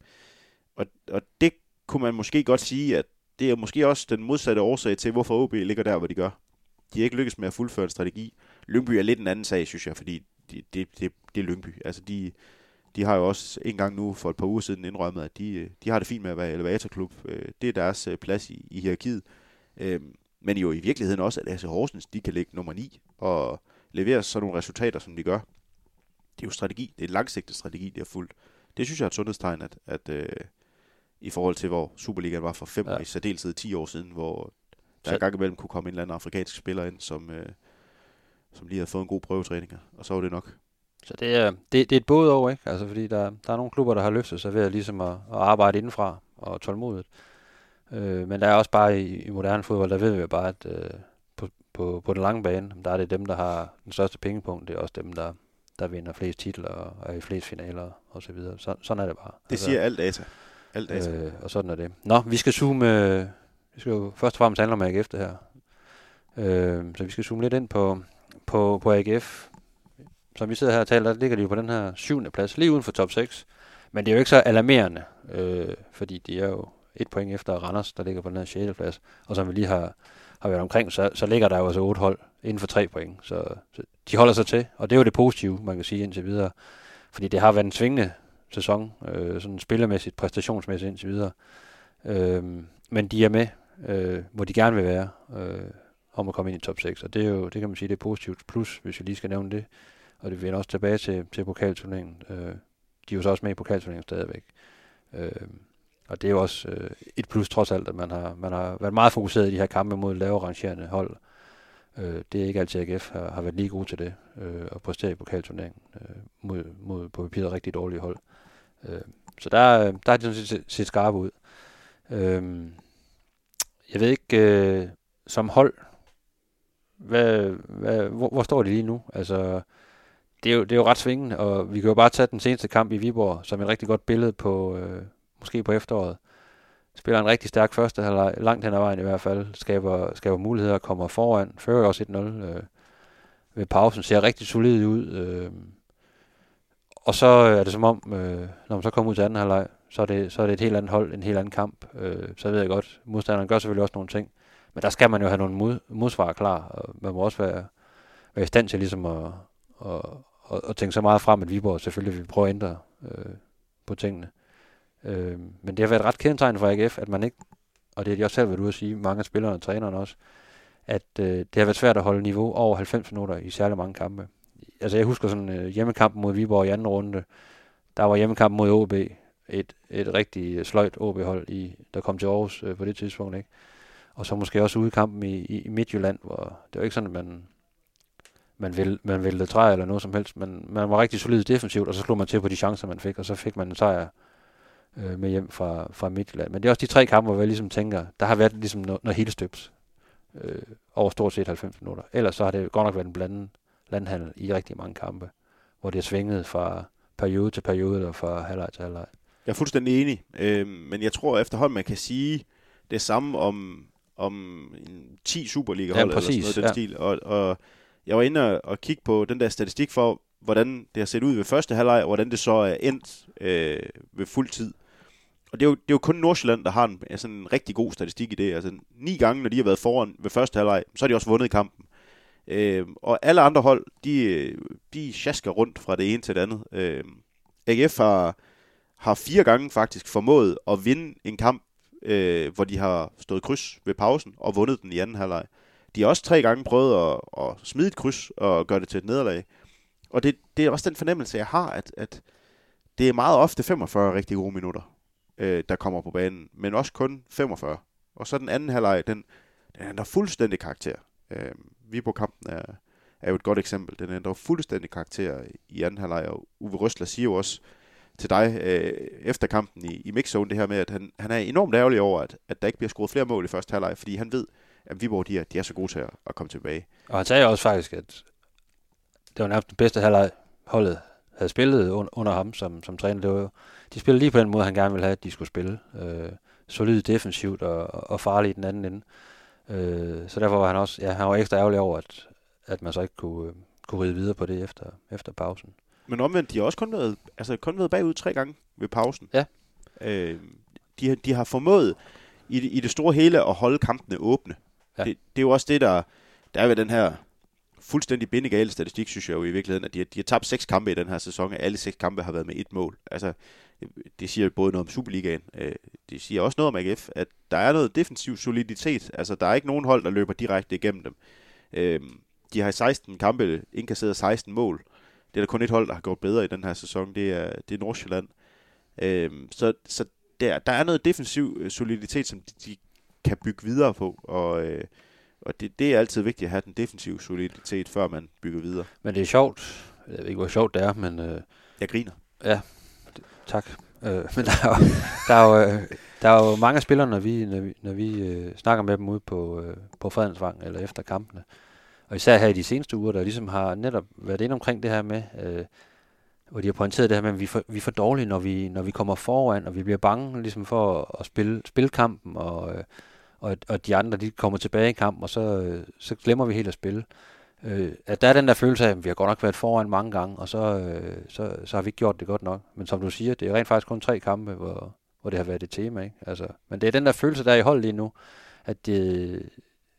og, og det kunne man måske godt sige, at det er måske også den modsatte årsag til, hvorfor O B ligger der, hvor de gør. De har ikke lykkes med at fuldføre en strategi. Lyngby er lidt en anden sag, synes jeg, fordi det, det, det, det er Lyngby. Altså, de, de har jo også en gang nu for et par uger siden indrømmet, at de, de har det fint med at være elevatorklub. Det er deres plads i, i hierarkiet. Men jo i virkeligheden også, at A C Horsens, de kan ligge nummer ni og levere sådan nogle resultater, som de gør. Det er jo strategi. Det er en langsigtet strategi, de har fulgt. Det synes jeg er et sundhedstegn, at, at øh, i forhold til, hvor Superligaen var for fem ja. år, i særdeleshed ti år siden, hvor der en gang imellem kunne komme en eller anden afrikansk spiller ind, som, øh, som lige havde fået en god prøvetræning, og så var det nok. Så det er, det, det er et både over, ikke? Altså, fordi der, der er nogle klubber, der har løftet sig ved at, ligesom at, at arbejde indenfra og tålmodigt. Øh, men der er også bare i, i moderne fodbold, der ved vi jo bare, at øh, på, på, på den lange bane, der er det dem, der har den største pengepunkt. Det er også dem, der, der vinder flest titler og er i flest finaler og så videre. Så, sådan er det bare. Det altså, siger alt data. Alt data. Øh, og sådan er det. Nå, vi skal zoome... Øh, vi skal jo først og fremmest handle om A G F det her. Øh, så vi skal zoome lidt ind på, på, på A G F. Som vi sidder her og taler, der ligger de jo på den her syvende plads, lige uden for top seks. Men det er jo ikke så alarmerende, øh, fordi de er jo et point efter Randers, der ligger på den her sjette plads. Og som vi lige har, har været omkring, så, så ligger der jo altså otte hold inden for tre point. Så, så de holder sig til, og det er jo det positive, man kan sige indtil videre. Fordi det har været en svingende sæson, øh, sådan spillemæssigt, præstationsmæssigt indtil videre. Øh, men de er med, øh, hvor de gerne vil være, øh, om at komme ind i top seks. Og det er jo, det kan man sige, det er positivt. Plus, hvis vi lige skal nævne det, og det vender også tilbage til, til pokalturneringen. Øh, de er jo så også med i pokalturneringen stadigvæk. Øh, og det er jo også øh, et plus trods alt, at man har, man har været meget fokuseret i de her kampe mod lavere rangerende hold. Øh, det er ikke altid, at A G F har, har været lige gode til det, øh, at præstere i pokalturneringen øh, mod, mod på papiret rigtig dårlige hold. Øh, så der, der er de sådan set, set skarpe ud. Øh, jeg ved ikke, øh, som hold, hvad, hvad, hvor, hvor står de lige nu? Altså, det er, jo, det er jo ret svingende, og vi kan jo bare tage den seneste kamp i Viborg som et rigtig godt billede på, øh, måske på efteråret. Spiller en rigtig stærk første halvleg, langt hen ad vejen i hvert fald, skaber, skaber muligheder, kommer foran, fører også et nul øh, ved pausen, ser rigtig solid ud. Øh, og så er det som om, øh, når man så kommer ud til anden halvleg, så er, det, så er det et helt andet hold, en helt anden kamp. Øh, så ved jeg godt, modstanderen gør selvfølgelig også nogle ting, men der skal man jo have nogle mod, modsvar klar, og man må også være, være i stand til ligesom at, at, at, at tænke så meget frem, at Viborg selvfølgelig vil prøve at ændre øh, på tingene. Øh, men det har været ret kendetegnende for A G F, at man ikke, og det er de også selv været ude at sige, mange af spillerne og trænerne også, at øh, det har været svært at holde niveau over halvfems minutter i særlig mange kampe. Altså jeg husker sådan øh, hjemmekampen mod Viborg i anden runde, der var hjemmekampen mod O B, et, et rigtig sløjt O B-hold, i, der kom til Aarhus øh, på det tidspunkt, ikke? Og så måske også udekampen i, i, i Midtjylland, hvor det var ikke sådan, at man, man, væl, man væltede træ eller noget som helst, men man var rigtig solid defensivt, og så slog man til på de chancer, man fik, og så fik man en sejr øh, med hjem fra, fra Midtjylland. Men det er også de tre kampe, hvor jeg ligesom tænker, der har været ligesom noget, noget helt støbt øh, over stort set halvfems minutter. Ellers så har det godt nok været en blandet landhandel i rigtig mange kampe, hvor det er svinget fra periode til periode, eller fra halvleg til halvleg. Jeg er fuldstændig enig, øh, men jeg tror efterhånden, man kan sige det samme om, om ti Superliga-hold, ja, eller sådan noget den ja. stil. Og, og jeg var inde og kigge på den der statistik for, hvordan det har set ud ved første halvleg, og hvordan det så er endt øh, ved fuld tid. Og det er, jo, det er jo kun Nordsjælland, der har en, altså en rigtig god statistik i det. Altså ni gange, når de har været foran ved første halvleg, så har de også vundet kampen. Øh, og alle andre hold, de, de sjasker rundt fra det ene til det andet. Øh, A G F har, har fire gange faktisk formået at vinde en kamp, øh, hvor de har stået kryds ved pausen og vundet den i anden halvleg. De har også tre gange prøvet at, at smide et kryds og gøre det til et nederlag. Og det, det er også den fornemmelse, jeg har, at, at det er meget ofte femogfyrre rigtig gode minutter, øh, der kommer på banen, men også kun femogfyrre. Og så den anden halvleg, den, den ændrer fuldstændig karakter. Øh, Viborg-kampen er, er jo et godt eksempel. Den ændrer fuldstændig karakter i anden halvleg, og Uwe Røsler siger jo også til dig øh, efter kampen i, i mixzone det her med, at han, han er enormt ærgerlig over, at, at der ikke bliver scoret flere mål i første halvleg, fordi han ved, at Viborg de er, de er så gode til at, at komme tilbage. Og han sagde også faktisk, at det var nærmest den bedste halvleg holdet havde spillet under, under ham som, som træner. Det var jo, de spillede lige på den måde, han gerne ville have, at de skulle spille. Øh, solid defensivt og, og farligt i den anden ende. Øh, så derfor var han også, ja, han var ekstra ærgerlig over, at, at man så ikke kunne, kunne ride videre på det efter, efter pausen. Men omvendt, de har også kun været, altså kun været bagud tre gange ved pausen. Ja. Øh, de, de har formået i det, i det store hele at holde kampene åbne. Ja. Det, det er jo også det, der, der er ved den her fuldstændig bindegale statistik, synes jeg jo i virkeligheden, at de har, de har tabt seks kampe i den her sæson, og alle seks kampe har været med et mål. Altså, det siger både noget om Superligaen, øh, det siger også noget om A G F, at der er noget defensiv soliditet. Altså, der er ikke nogen hold, der løber direkte igennem dem. Øh, de har i seksten kampe indkasseret seksten mål. Det er der kun et hold, der har gjort bedre i den her sæson, det er, det er Nordsjælland. Øh, så så der, der er noget defensiv soliditet, som de, de kan bygge videre på, og, øh, og det, det er altid vigtigt at have den defensive soliditet, før man bygger videre. Men det er sjovt. Jeg ved ikke, hvor sjovt det er, men... Øh, jeg griner. Ja, det, tak. Øh, men der er, jo, der, er jo, øh, der er jo mange spillere, når vi, når vi, når vi øh, snakker med dem ude på, øh, på Fredensvang eller efter kampene. Og især her i de seneste uger, der ligesom har netop været inde omkring det her med... Øh, hvor de har pointeret det her med, at vi er for, vi er for dårlige, når vi, når vi kommer foran, og vi bliver bange ligesom for at, at spille, spille kampen, og, og, og de andre de kommer tilbage i kampen, og så, så glemmer vi helt at spille. Øh, at der er den der følelse af, at vi har godt nok været foran mange gange, og så, øh, så, så har vi ikke gjort det godt nok. Men som du siger, det er rent faktisk kun tre kampe, hvor, hvor det har været et tema. Ikke? Altså, men det er den der følelse, der er i holdet lige nu, at det,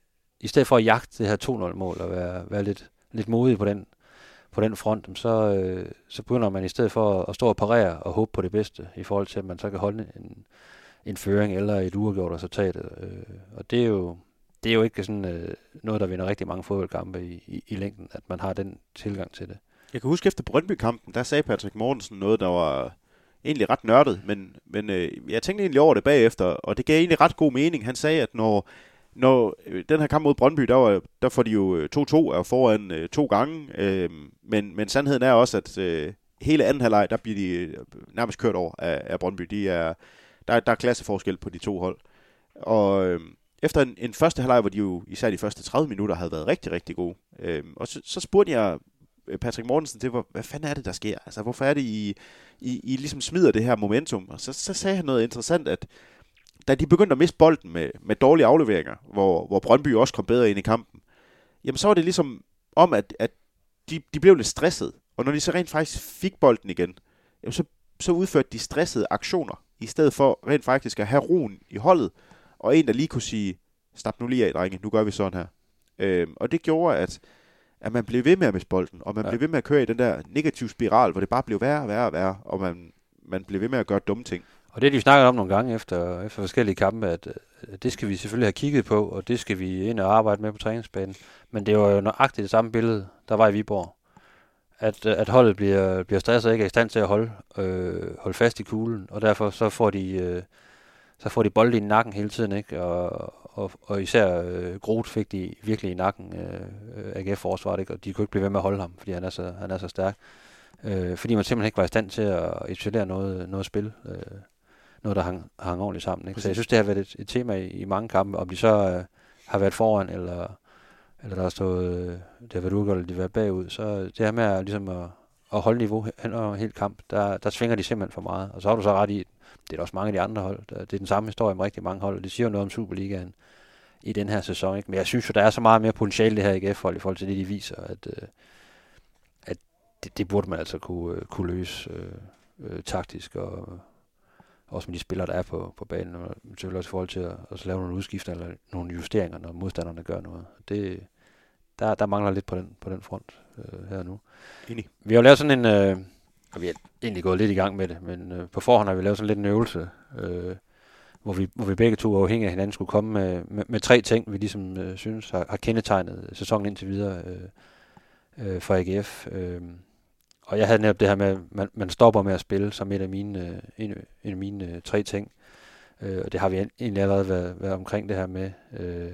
i stedet for at jagte det her to nul-mål, og være, være lidt, lidt modig på den, på den front, så, øh, så begynder man i stedet for at stå og parere og håbe på det bedste, i forhold til, at man så kan holde en, en føring eller et uafgjort resultat. Øh, og det er jo, det er jo ikke sådan øh, noget, der vinder rigtig mange fodboldkampe i, i, i længden, at man har den tilgang til det. Jeg kan huske efter Brøndby-kampen, der sagde Patrick Mortensen noget, der var egentlig ret nørdet, men, men øh, jeg tænkte egentlig over det bagefter, og det gav egentlig ret god mening. Han sagde, at når Når øh, den her kamp mod Brøndby, der, var, der får de jo to to er foran øh, to gange, øh, men, men sandheden er også, at øh, hele anden halvleg, der bliver de øh, nærmest kørt over af, af Brøndby. De er, der, der er klasseforskel på de to hold. Og øh, efter en, en første halvleg, hvor de jo især de første tredive minutter havde været rigtig, rigtig gode, øh, og så, så spurgte jeg Patrick Mortensen til, hvad fanden er det, der sker? Altså, hvorfor er det, I, I, I ligesom smider det her momentum? Og så, så sagde han noget interessant, at da de begyndte at miste bolden med, med dårlige afleveringer, hvor, hvor Brøndby også kom bedre ind i kampen, jamen så var det ligesom om, at, at de, de blev lidt stresset. Og når de så rent faktisk fik bolden igen, jamen så, så udførte de stressede aktioner, i stedet for rent faktisk at have roen i holdet, og en, der lige kunne sige, stop nu lige af, drenge, nu gør vi sådan her. Øhm, og det gjorde, at, at man blev ved med at miste bolden, og man ja. blev ved med at køre i den der negative spiral, hvor det bare blev værre og værre og værre, og man, man blev ved med at gøre dumme ting. Og det er de snakket om nogle gange efter, efter forskellige kampe, at, at det skal vi selvfølgelig have kigget på, og det skal vi ind og arbejde med på træningsbanen. Men det var jo nøjagtigt det samme billede, der var i Viborg. At, at holdet bliver, bliver stresset og ikke er i stand til at holde, øh, holde fast i kuglen, og derfor så får de, øh, så får de bolde i nakken hele tiden, ikke? Og, og, og især øh, Groth fik de virkelig i nakken, øh, A G F-forsvaret, ikke? Og de kunne ikke blive ved med at holde ham, fordi han er så, han er så stærk. Øh, fordi man simpelthen ikke var i stand til at etablere noget, noget spil. Øh. noget der hang, hang ordentligt sammen. Ikke? Så jeg synes, det har været et, et tema i, i mange kampe, om de så øh, har været foran, eller, eller der har stået, øh, det har været udgået, eller de har været bagud. Så det her med at, ligesom at, at holde niveau hen over en hel kamp, der, der svinger de simpelthen for meget. Og så har du så ret i, det er der også mange af de andre hold. Det er den samme historie med rigtig mange hold, og det siger jo noget om Superligaen i den her sæson. Ikke? Men jeg synes jo, der er så meget mere potentiale det her A G F-hold i forhold til det, de viser, at, øh, at det, det burde man altså kunne, øh, kunne løse øh, øh, taktisk, og også med de spillere, der er på, på banen, og selvfølgelig også i forhold til at, at lave nogle udskifter eller nogle justeringer, når modstanderne gør noget. Det, der, der mangler lidt på den, på den front øh, her nu. Enig. Vi har jo lavet sådan en, øh, og vi har egentlig gået lidt i gang med det, men øh, på forhånd har vi lavet sådan lidt en øvelse, øh, hvor, vi, hvor vi begge to afhængige af hinanden skulle komme med, med, med tre ting, vi ligesom øh, synes har, har kendetegnet sæsonen indtil videre øh, øh, for A G F. Øh, Og jeg havde netop det her med, at man, man stopper med at spille som et af mine, øh, en, en af mine øh, tre ting. Øh, og det har vi egentlig allerede været, været omkring det her med, øh,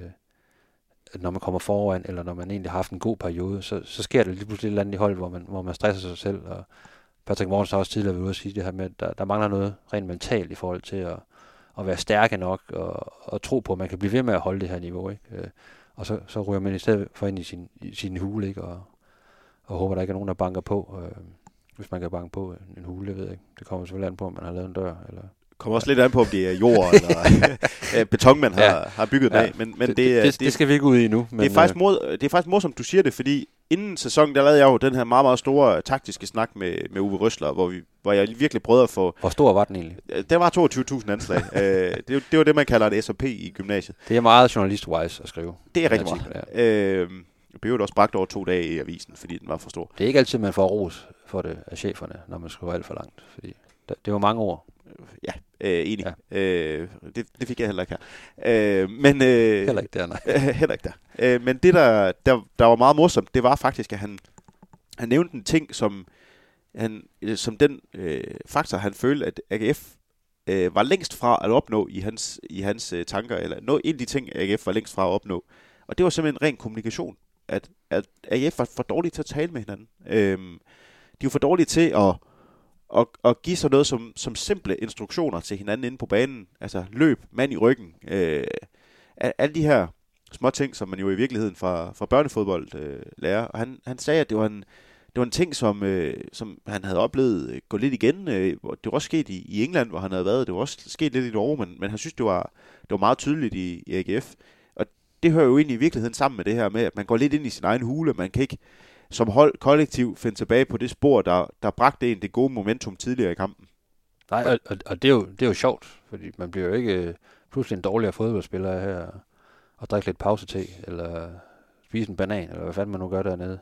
at når man kommer foran, eller når man egentlig har haft en god periode, så, så sker der lige pludselig et eller andet i holdet, hvor man, hvor man stresser sig selv. Og Patrick Mortensen har også tidligere været ude at sige det her med, at der, der mangler noget rent mentalt i forhold til at, at være stærke nok, og, og tro på, at man kan blive ved med at holde det her niveau. Ikke? Øh, og så, så ryger man i stedet for ind i sin, i sin hule, ikke? Og, og håber, der ikke er nogen, der banker på, øh, hvis man kan banke på en, en hule, jeg ved ikke. Det kommer selvfølgelig an på, om man har lavet en dør. Eller Det kommer også lidt an på, om det er jord eller beton, man har, ja. har bygget den ja. af. Men, men det, det, det, det, det skal vi ikke ud i nu. Men det, er faktisk mod, det er faktisk morsomt, du siger det, fordi inden sæsonen, der lavede jeg jo den her meget, meget store taktiske snak med, med Uwe Røsler, hvor, vi, hvor jeg virkelig prøvede at få... Hvor stor var den egentlig? Det var toogtyve tusind anslag. det, det var det, man kalder et S og P i gymnasiet. Det er meget journalist-wise at skrive. Det er rigtig meget. Ja. Øh, det blev også bragt over to dage i avisen, fordi den var for stor. Det er ikke altid, man får ros for det af cheferne, når man skriver alt for langt. Fordi det var mange ord. Ja, øh, enig. Ja. Øh, det, det fik jeg heller ikke her. Øh, men, øh, heller ikke der, nej. Øh, heller ikke der. Øh, men det, der, der, der var meget morsomt, det var faktisk, at han, han nævnte en ting, som, han, som den øh, faktor, han følte, at A G F øh, var længst fra at opnå i hans, i hans øh, tanker, eller no, en af de ting, A G F var længst fra at opnå. Og det var simpelthen ren kommunikation. At, at A G F var for dårlige til at tale med hinanden. Øh, de var for dårlige til at Og, og give sig noget som, som simple instruktioner til hinanden inde på banen. Altså løb, mand i ryggen. Øh, alle de her små ting, som man jo i virkeligheden fra, fra børnefodbold øh, lærer. Og han, han sagde, at det var en, det var en ting, som, øh, som han havde oplevet øh, gå lidt igen. Øh, det var også sket i, i England, hvor han havde været. Det var også sket lidt i Norge, men, men han synes, det var, det var meget tydeligt i, i A G F. Og det hører jo egentlig i virkeligheden sammen med det her med, at man går lidt ind i sin egen hule. Man kan ikke som hold kollektiv finde tilbage på det spor, der, der bragte en det gode momentum tidligere i kampen. Nej, og, og, og det, er jo, det er jo sjovt, fordi man bliver jo ikke pludselig en dårligere fodboldspiller her og drikke lidt pause-te, eller spise en banan, eller hvad fanden man nu gør dernede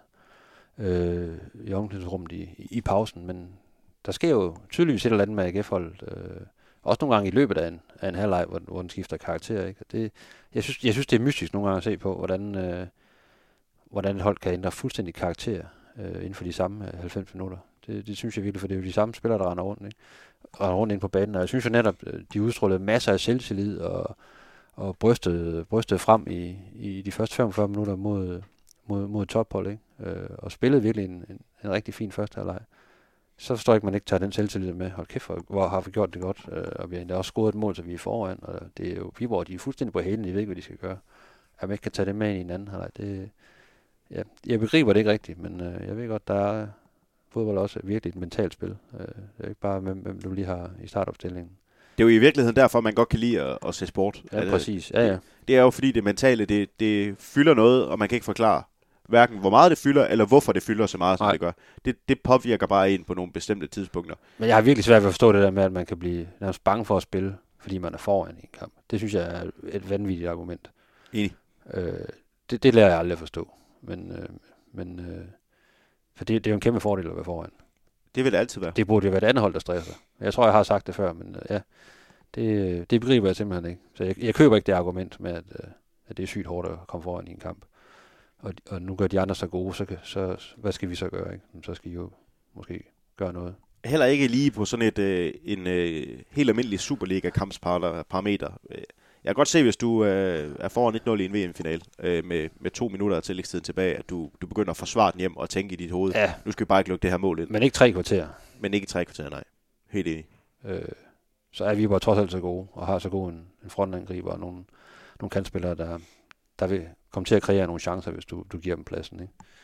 øh, i omklædningsrummet i, i pausen. Men der sker jo tydeligvis et eller andet med A G F-holdet, øh, også nogle gange i løbet af en, af en halvleg, hvor, hvor den skifter karakter. Ikke? Det, jeg, synes, jeg synes, det er mystisk nogle gange at se på, hvordan... Øh, hvordan et hold kan ændre fuldstændig karakter øh, inden for de samme øh, halvfems minutter. Det, det synes jeg virkelig, for det er jo de samme spillere, der render rundt, ikke? Render rundt ind på banen, og jeg synes jo netop, de udstrålede masser af selvtillid og, og brystede, brystede frem i, i de første femogfyrre minutter mod, mod, mod tophold, ikke? Øh, og spillede virkelig en, en, en rigtig fin første halvleg. Så forstår jeg ikke, man ikke tager den selvtillid med. Hold kæft, hvor har vi gjort det godt, øh, og vi har endda også scoret et mål, så vi er foran, og det er jo Viborg, de er fuldstændig på hælen, de ved ikke, hvad de skal gøre. At man ikke kan tage det med ind i en anden halvleg, det Ja, jeg begriber det ikke rigtigt, men øh, jeg ved godt, der er fodbold også virkelig et mentalt spil. Øh, det er ikke bare, hvem, hvem du lige har i startopstillingen. Det er jo i virkeligheden derfor, man godt kan lide at, at se sport. Ja, altså, præcis. Ja, ja. Det, det er jo fordi, det mentale, det, det fylder noget, og man kan ikke forklare hverken, hvor meget det fylder, eller hvorfor det fylder så meget, som Nej. det gør. Det, det påvirker bare en på nogle bestemte tidspunkter. Men jeg har virkelig svært ved at forstå det der med, at man kan blive nærmest bange for at spille, fordi man er foran i en kamp. Det synes jeg er et vanvittigt argument. Enig. Øh, det, det lærer jeg aldrig at forstå. Men, øh, men øh, for det, det er jo en kæmpe fordel at være foran. Det vil det altid være. Det burde jo være et andet hold, der stresser. Jeg tror, jeg har sagt det før, men øh, ja, det, det begriber jeg simpelthen ikke. Så jeg, jeg køber ikke det argument med, at, øh, at det er sygt hårdt at komme foran i en kamp. Og, og nu gør de andre så gode, så, så hvad skal vi så gøre? Ikke? Så skal I jo måske gøre noget. Heller ikke lige på sådan et øh, en øh, helt almindelig Superliga-kampsparameter. Jeg kan godt se, hvis du øh, er foran et nul i en V M-final øh, med, med to minutter af tillægstiden tilbage, at du, du begynder at forsvare den hjem og tænke i dit hoved. Ja. Nu skal vi bare ikke lukke det her mål ind. Men ikke tre kvarter. Men ikke tre kvarter, nej. Helt enig. Øh, så er vi bare trods alt så gode, og har så god en, en frontangriber og nogle, nogle kantspillere, der, der vil komme til at kreere nogle chancer, hvis du, du giver dem pladsen.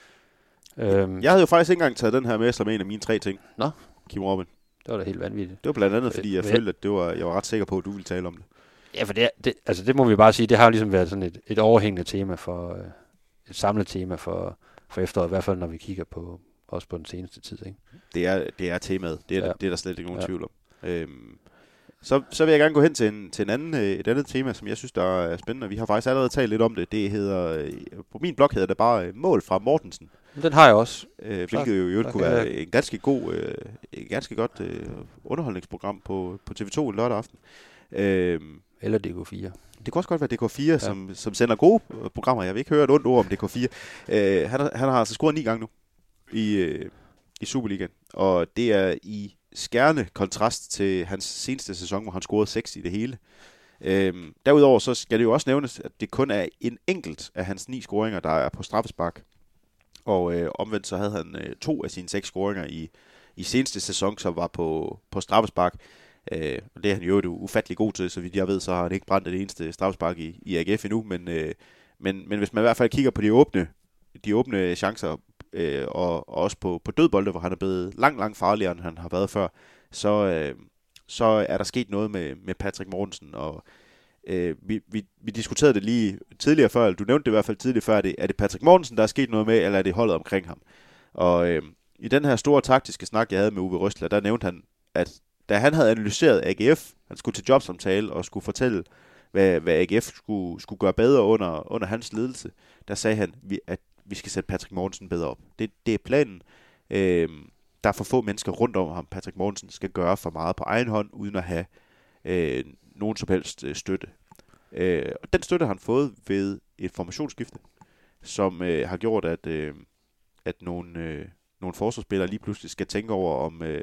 Ikke? Øhm, Jeg havde jo faktisk ikke engang taget den her med som en af mine tre ting. Nå? Kim Robin. Det var da helt vanvittigt. Det var blandt andet, fordi jeg Men- følte, at det var, jeg var ret sikker på, at du ville tale om det. Ja, for det, er- det, altså det må vi bare sige, det har jo ligesom været sådan et, et overhængende tema for, øh, et samlet tema for, for efteråret, i hvert fald når vi kigger på, også på den seneste tid, ikke? Det er, det er temaet. Det er, Ja. ja. det er der slet ikke nogen Ja. ja. tvivl om. Øhm, så, så vil jeg gerne gå hen til, en, til en anden, øh, et andet tema, som jeg synes, der er spændende. Vi har faktisk allerede talt lidt om det. Det hedder, øh, på min blog hedder det bare øh, Mål fra Mortensen. Den har jeg også. Øh, Klart. hvilket jo i øvrigt Der kunne kan være jeg- en ganske god, øh, et ganske godt øh, underholdningsprogram på, på T V to en lørdag aften. Øh, Eller D K fire. Det kunne også godt være D K fire, ja. som, som sender gode øh, programmer. Jeg vil ikke høre et ondt ord om D K fire. Øh, han, har- han har altså scoret ni gange nu i, øh, i Superligaen. Og det er i skærende kontrast til hans seneste sæson, hvor han scorede seks i det hele. Øh, derudover så skal det jo også nævnes, at det kun er en enkelt af hans ni scoringer, der er på straffespark. Og øh, omvendt så havde han øh, to af sine seks scoringer i, i seneste sæson, som var på, på straffespark. Øh, og det er han jo ufattelig god til, så vidt jeg ved, så har han ikke brændt det eneste straffespark i, i A G F endnu, men, øh, men, men hvis man i hvert fald kigger på de åbne, de åbne chancer, øh, og, og også på, på dødbolde, hvor han er blevet langt, langt farligere, end han har været før, så, øh, så er der sket noget med, med Patrick Mortensen, og øh, vi, vi, vi diskuterede det lige tidligere før, eller du nævnte det i hvert fald tidligere før, er det, er det Patrick Mortensen, der er sket noget med, eller er det holdet omkring ham? Og øh, i den her store taktiske snak, jeg havde med Uwe Røsler, der nævnte han, at da han havde analyseret A G F, han skulle til jobsamtale og skulle fortælle, hvad, hvad A G F skulle, skulle gøre bedre under, under hans ledelse, der sagde han, at vi skal sætte Patrick Mortensen bedre op. Det, det er planen. Øh, der er for få mennesker rundt om ham. Patrick Mortensen skal gøre for meget på egen hånd, uden at have øh, nogen som helst øh, støtte. Øh, og den støtte har han fået ved et formationsskifte, som øh, har gjort, at, øh, at nogle, øh, nogle forsvarsspillere lige pludselig skal tænke over, om øh,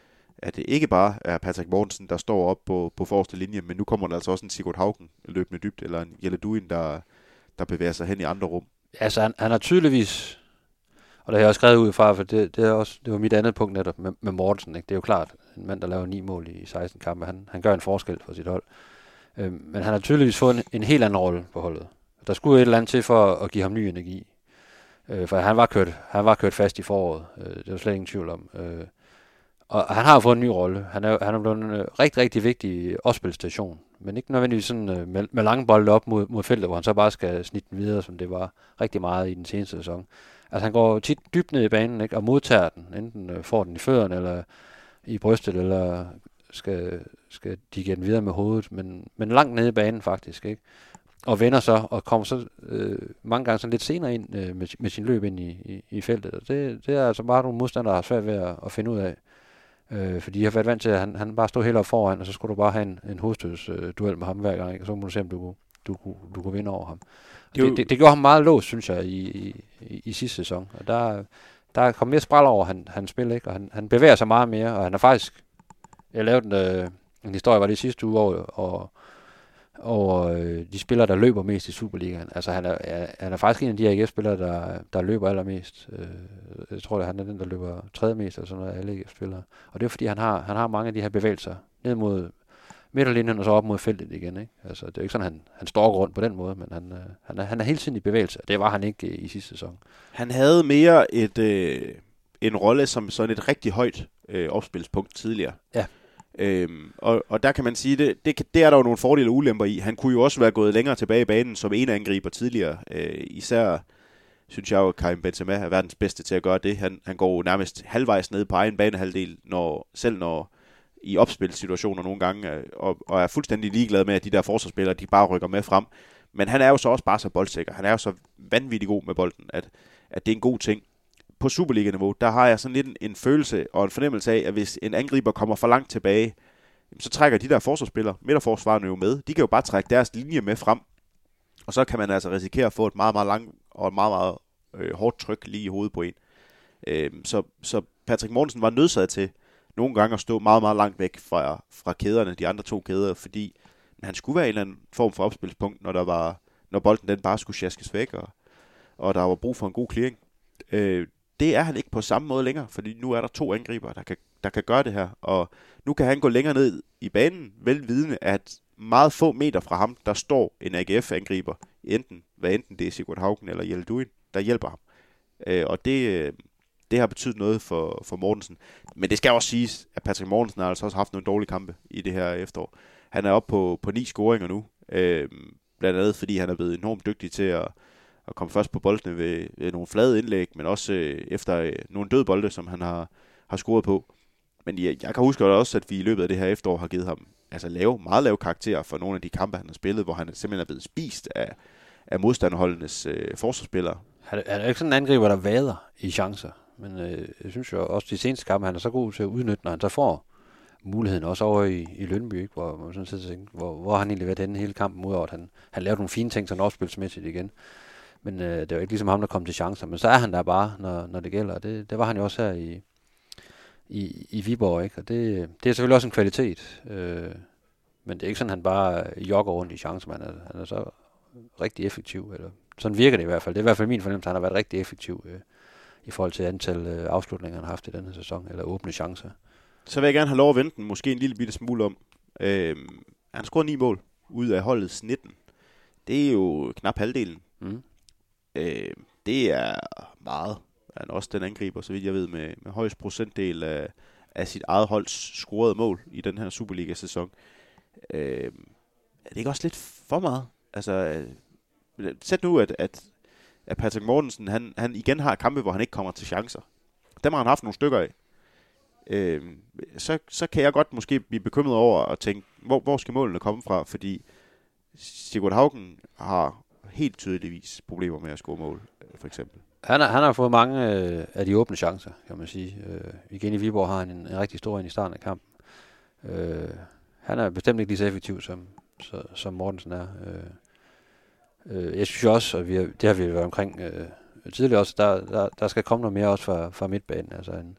at det ikke bare er Patrick Mortensen, der står op på, på forreste linje, men nu kommer der altså også en Sigurd Haugen løbende dybt, eller en Jelle Duin, der, der bevæger sig hen i andre rum. Altså, han, han har tydeligvis, og det har jeg også skrevet ud fra, for det, det, er også, det var mit andet punkt netop med, med Mortensen. Ikke? Det er jo klart, en mand, der laver ni mål i seksten kampe, han, han gør en forskel for sit hold. Øhm, men han har tydeligvis fået en, en helt anden rolle på holdet. Der skulle et eller andet til for at give ham ny energi. Øh, for han var, kørt, han var kørt fast i foråret, øh, det er slet ingen tvivl om. Øh, og han har jo fået en ny rolle. Han er, han er blevet en øh, rigtig, rigtig vigtig opspilstation. Men ikke nødvendigvis sådan, øh, med, med lange bolde op mod, mod feltet, hvor han så bare skal snitte den videre, som det var rigtig meget i den seneste sæson. Altså han går tit dybt ned i banen, ikke, og modtager den. Enten øh, får den i fødderne, eller i brystet, eller skal, skal de give den videre med hovedet. Men, men langt nede i banen faktisk, ikke? Og vender så, og kommer så øh, mange gange sådan lidt senere ind øh, med, med sin løb ind i, i, i feltet. Og det, det er altså bare nogle modstandere, der har svært ved at, at finde ud af. Øh, fordi jeg har været vant til, at han, han bare stod helt op foran, og så skulle du bare have en, en hovedstødsduel øh, med ham hver gang, ikke? Og så må du se, om du, du, du, du kunne vinde over ham. Det, det, det, det gjorde ham meget låst, synes jeg, i, i, i, i sidste sæson. Og der, der er kommet mere spræl over han, hans spil, ikke? Og han, han bevæger sig meget mere, og han er faktisk... Jeg lavede en, øh, en historie, var det sidste uge, og, og, og øh, de spillere, der løber mest i Superligaen. Altså, han er, han er faktisk en af de A G F-spillere, der, der løber allermest. Øh, jeg tror, at han er den, der løber tredje mest, eller sådan noget, af alle A G F-spillere. Og det er fordi, han har, han har mange af de her bevægelser ned mod midterlinjen, og så op mod feltet igen, ikke? Altså, det er jo ikke sådan, han, han står rundt på den måde, men han, øh, han, er, han er hele tiden i bevægelse. Det var han ikke øh, i sidste sæson. Han havde mere et, øh, en rolle som sådan et rigtig højt øh, opspilspunkt tidligere. Ja. Øhm, og, og der kan man sige, det, det, det er der jo nogle fordele og ulemper i. Han kunne jo også være gået længere tilbage i banen som en angriber tidligere. Øh, især synes jeg jo, at Karim Benzema er verdens bedste til at gøre det. Han, han går jo nærmest halvvejs ned på egen banehalvdel, når, selv når i opspilsituationer nogle gange, og, og er fuldstændig ligeglad med, at de der forsvarsspillere, de bare rykker med frem. Men han er jo så også bare så boldsikker. Han er jo så vanvittig god med bolden, at, at det er en god ting. På Superliga-niveau, der har jeg sådan lidt en, en følelse og en fornemmelse af, at hvis en angriber kommer for langt tilbage, så trækker de der forsvarsspillere, midterforsvarerne jo med. De kan jo bare trække deres linje med frem, og så kan man altså risikere at få et meget, meget langt og et meget, meget øh, hårdt tryk lige i hovedet på en. Øh, så, så Patrick Mortensen var nødsaget til nogle gange at stå meget, meget langt væk fra, fra kæderne, de andre to kæder, fordi han skulle være en eller anden form for opspilspunkt, når, der var, når bolden den bare skulle sjaskes væk, og, og der var brug for en god clearing. Øh, Det er han ikke på samme måde længere, fordi nu er der to angriber, der kan, der kan gøre det her. Og nu kan han gå længere ned i banen, velvidende, at meget få meter fra ham, der står en A G F-angriber, enten, hvad enten det er Sigurd Haugen eller Jelle Duin, der hjælper ham. Øh, og det, det har betydet noget for, for Mortensen. Men det skal også siges, at Patrick Mortensen har altså også haft nogle dårlige kampe i det her efterår. Han er oppe på, på ni scoringer nu, øh, blandt andet fordi han er blevet enormt dygtig til at, at komme først på boldene ved, ved nogle flade indlæg, men også øh, efter øh, nogle døde bolde, som han har, har scoret på. Men jeg, jeg kan huske også, at vi i løbet af det her efterår har givet ham altså lave, meget lave karakterer for nogle af de kampe, han har spillet, hvor han simpelthen er blevet spist af, af modstanderholdenes øh, forsvarsspillere. Han er ikke sådan en angriber, der vader i chancer, men øh, jeg synes jo også, de seneste kampe, han er så god til at udnytte, når han så får muligheden, også over i, i Lyngby, ikke? Hvor, man sådan set tænker, hvor, hvor har han egentlig været henne hele kampen, udover at han, han lavede nogle fine ting, sådan opspilsmæssigt igen. Men øh, det er jo ikke ligesom ham, der kom til chancer, men så er han der bare, når, når det gælder. Det, det var han jo også her i, i, i Viborg, ikke? Og det, det er selvfølgelig også en kvalitet, øh, men det er ikke sådan, han bare jogger rundt i chancer, men han er, han er så rigtig effektiv, eller sådan virker det i hvert fald. Det er i hvert fald min fornemmelse, han har været rigtig effektiv øh, i forhold til antal øh, afslutninger, han har haft i denne sæson, eller åbne chancer. Så vil jeg gerne have lov at vente den måske en lille bitte smule om. Øh, han scorede ni mål ud af holdets nitten. Det er jo knap halvdelen. Mm. Øh, det er meget. Han er også den angriber, så vidt jeg ved, med, med højst procentdel af, af sit eget holds scorede mål i den her Superliga-sæson. Øh, er det ikke også lidt for meget? Altså, sæt nu, at, at, at Patrick Mortensen, han, han igen har kampe, hvor han ikke kommer til chancer. Dem har han haft nogle stykker af. Øh, så, så kan jeg godt måske blive bekymret over at tænke, hvor, hvor skal målene komme fra? Fordi Sigurd Haugen har helt tydeligvis problemer med at score mål, for eksempel. Han har, han har fået mange øh, af de åbne chancer, kan man sige. Øh, igen i Viborg har han en, en rigtig stor en i starten af kampen. Øh, han er bestemt ikke lige så effektiv, som, så, som Mortensen er. Øh, øh, jeg synes også, og vi har, det har vi været omkring øh, tidligere også, der, der, der skal komme noget mere også fra, fra midtbanen. Altså en,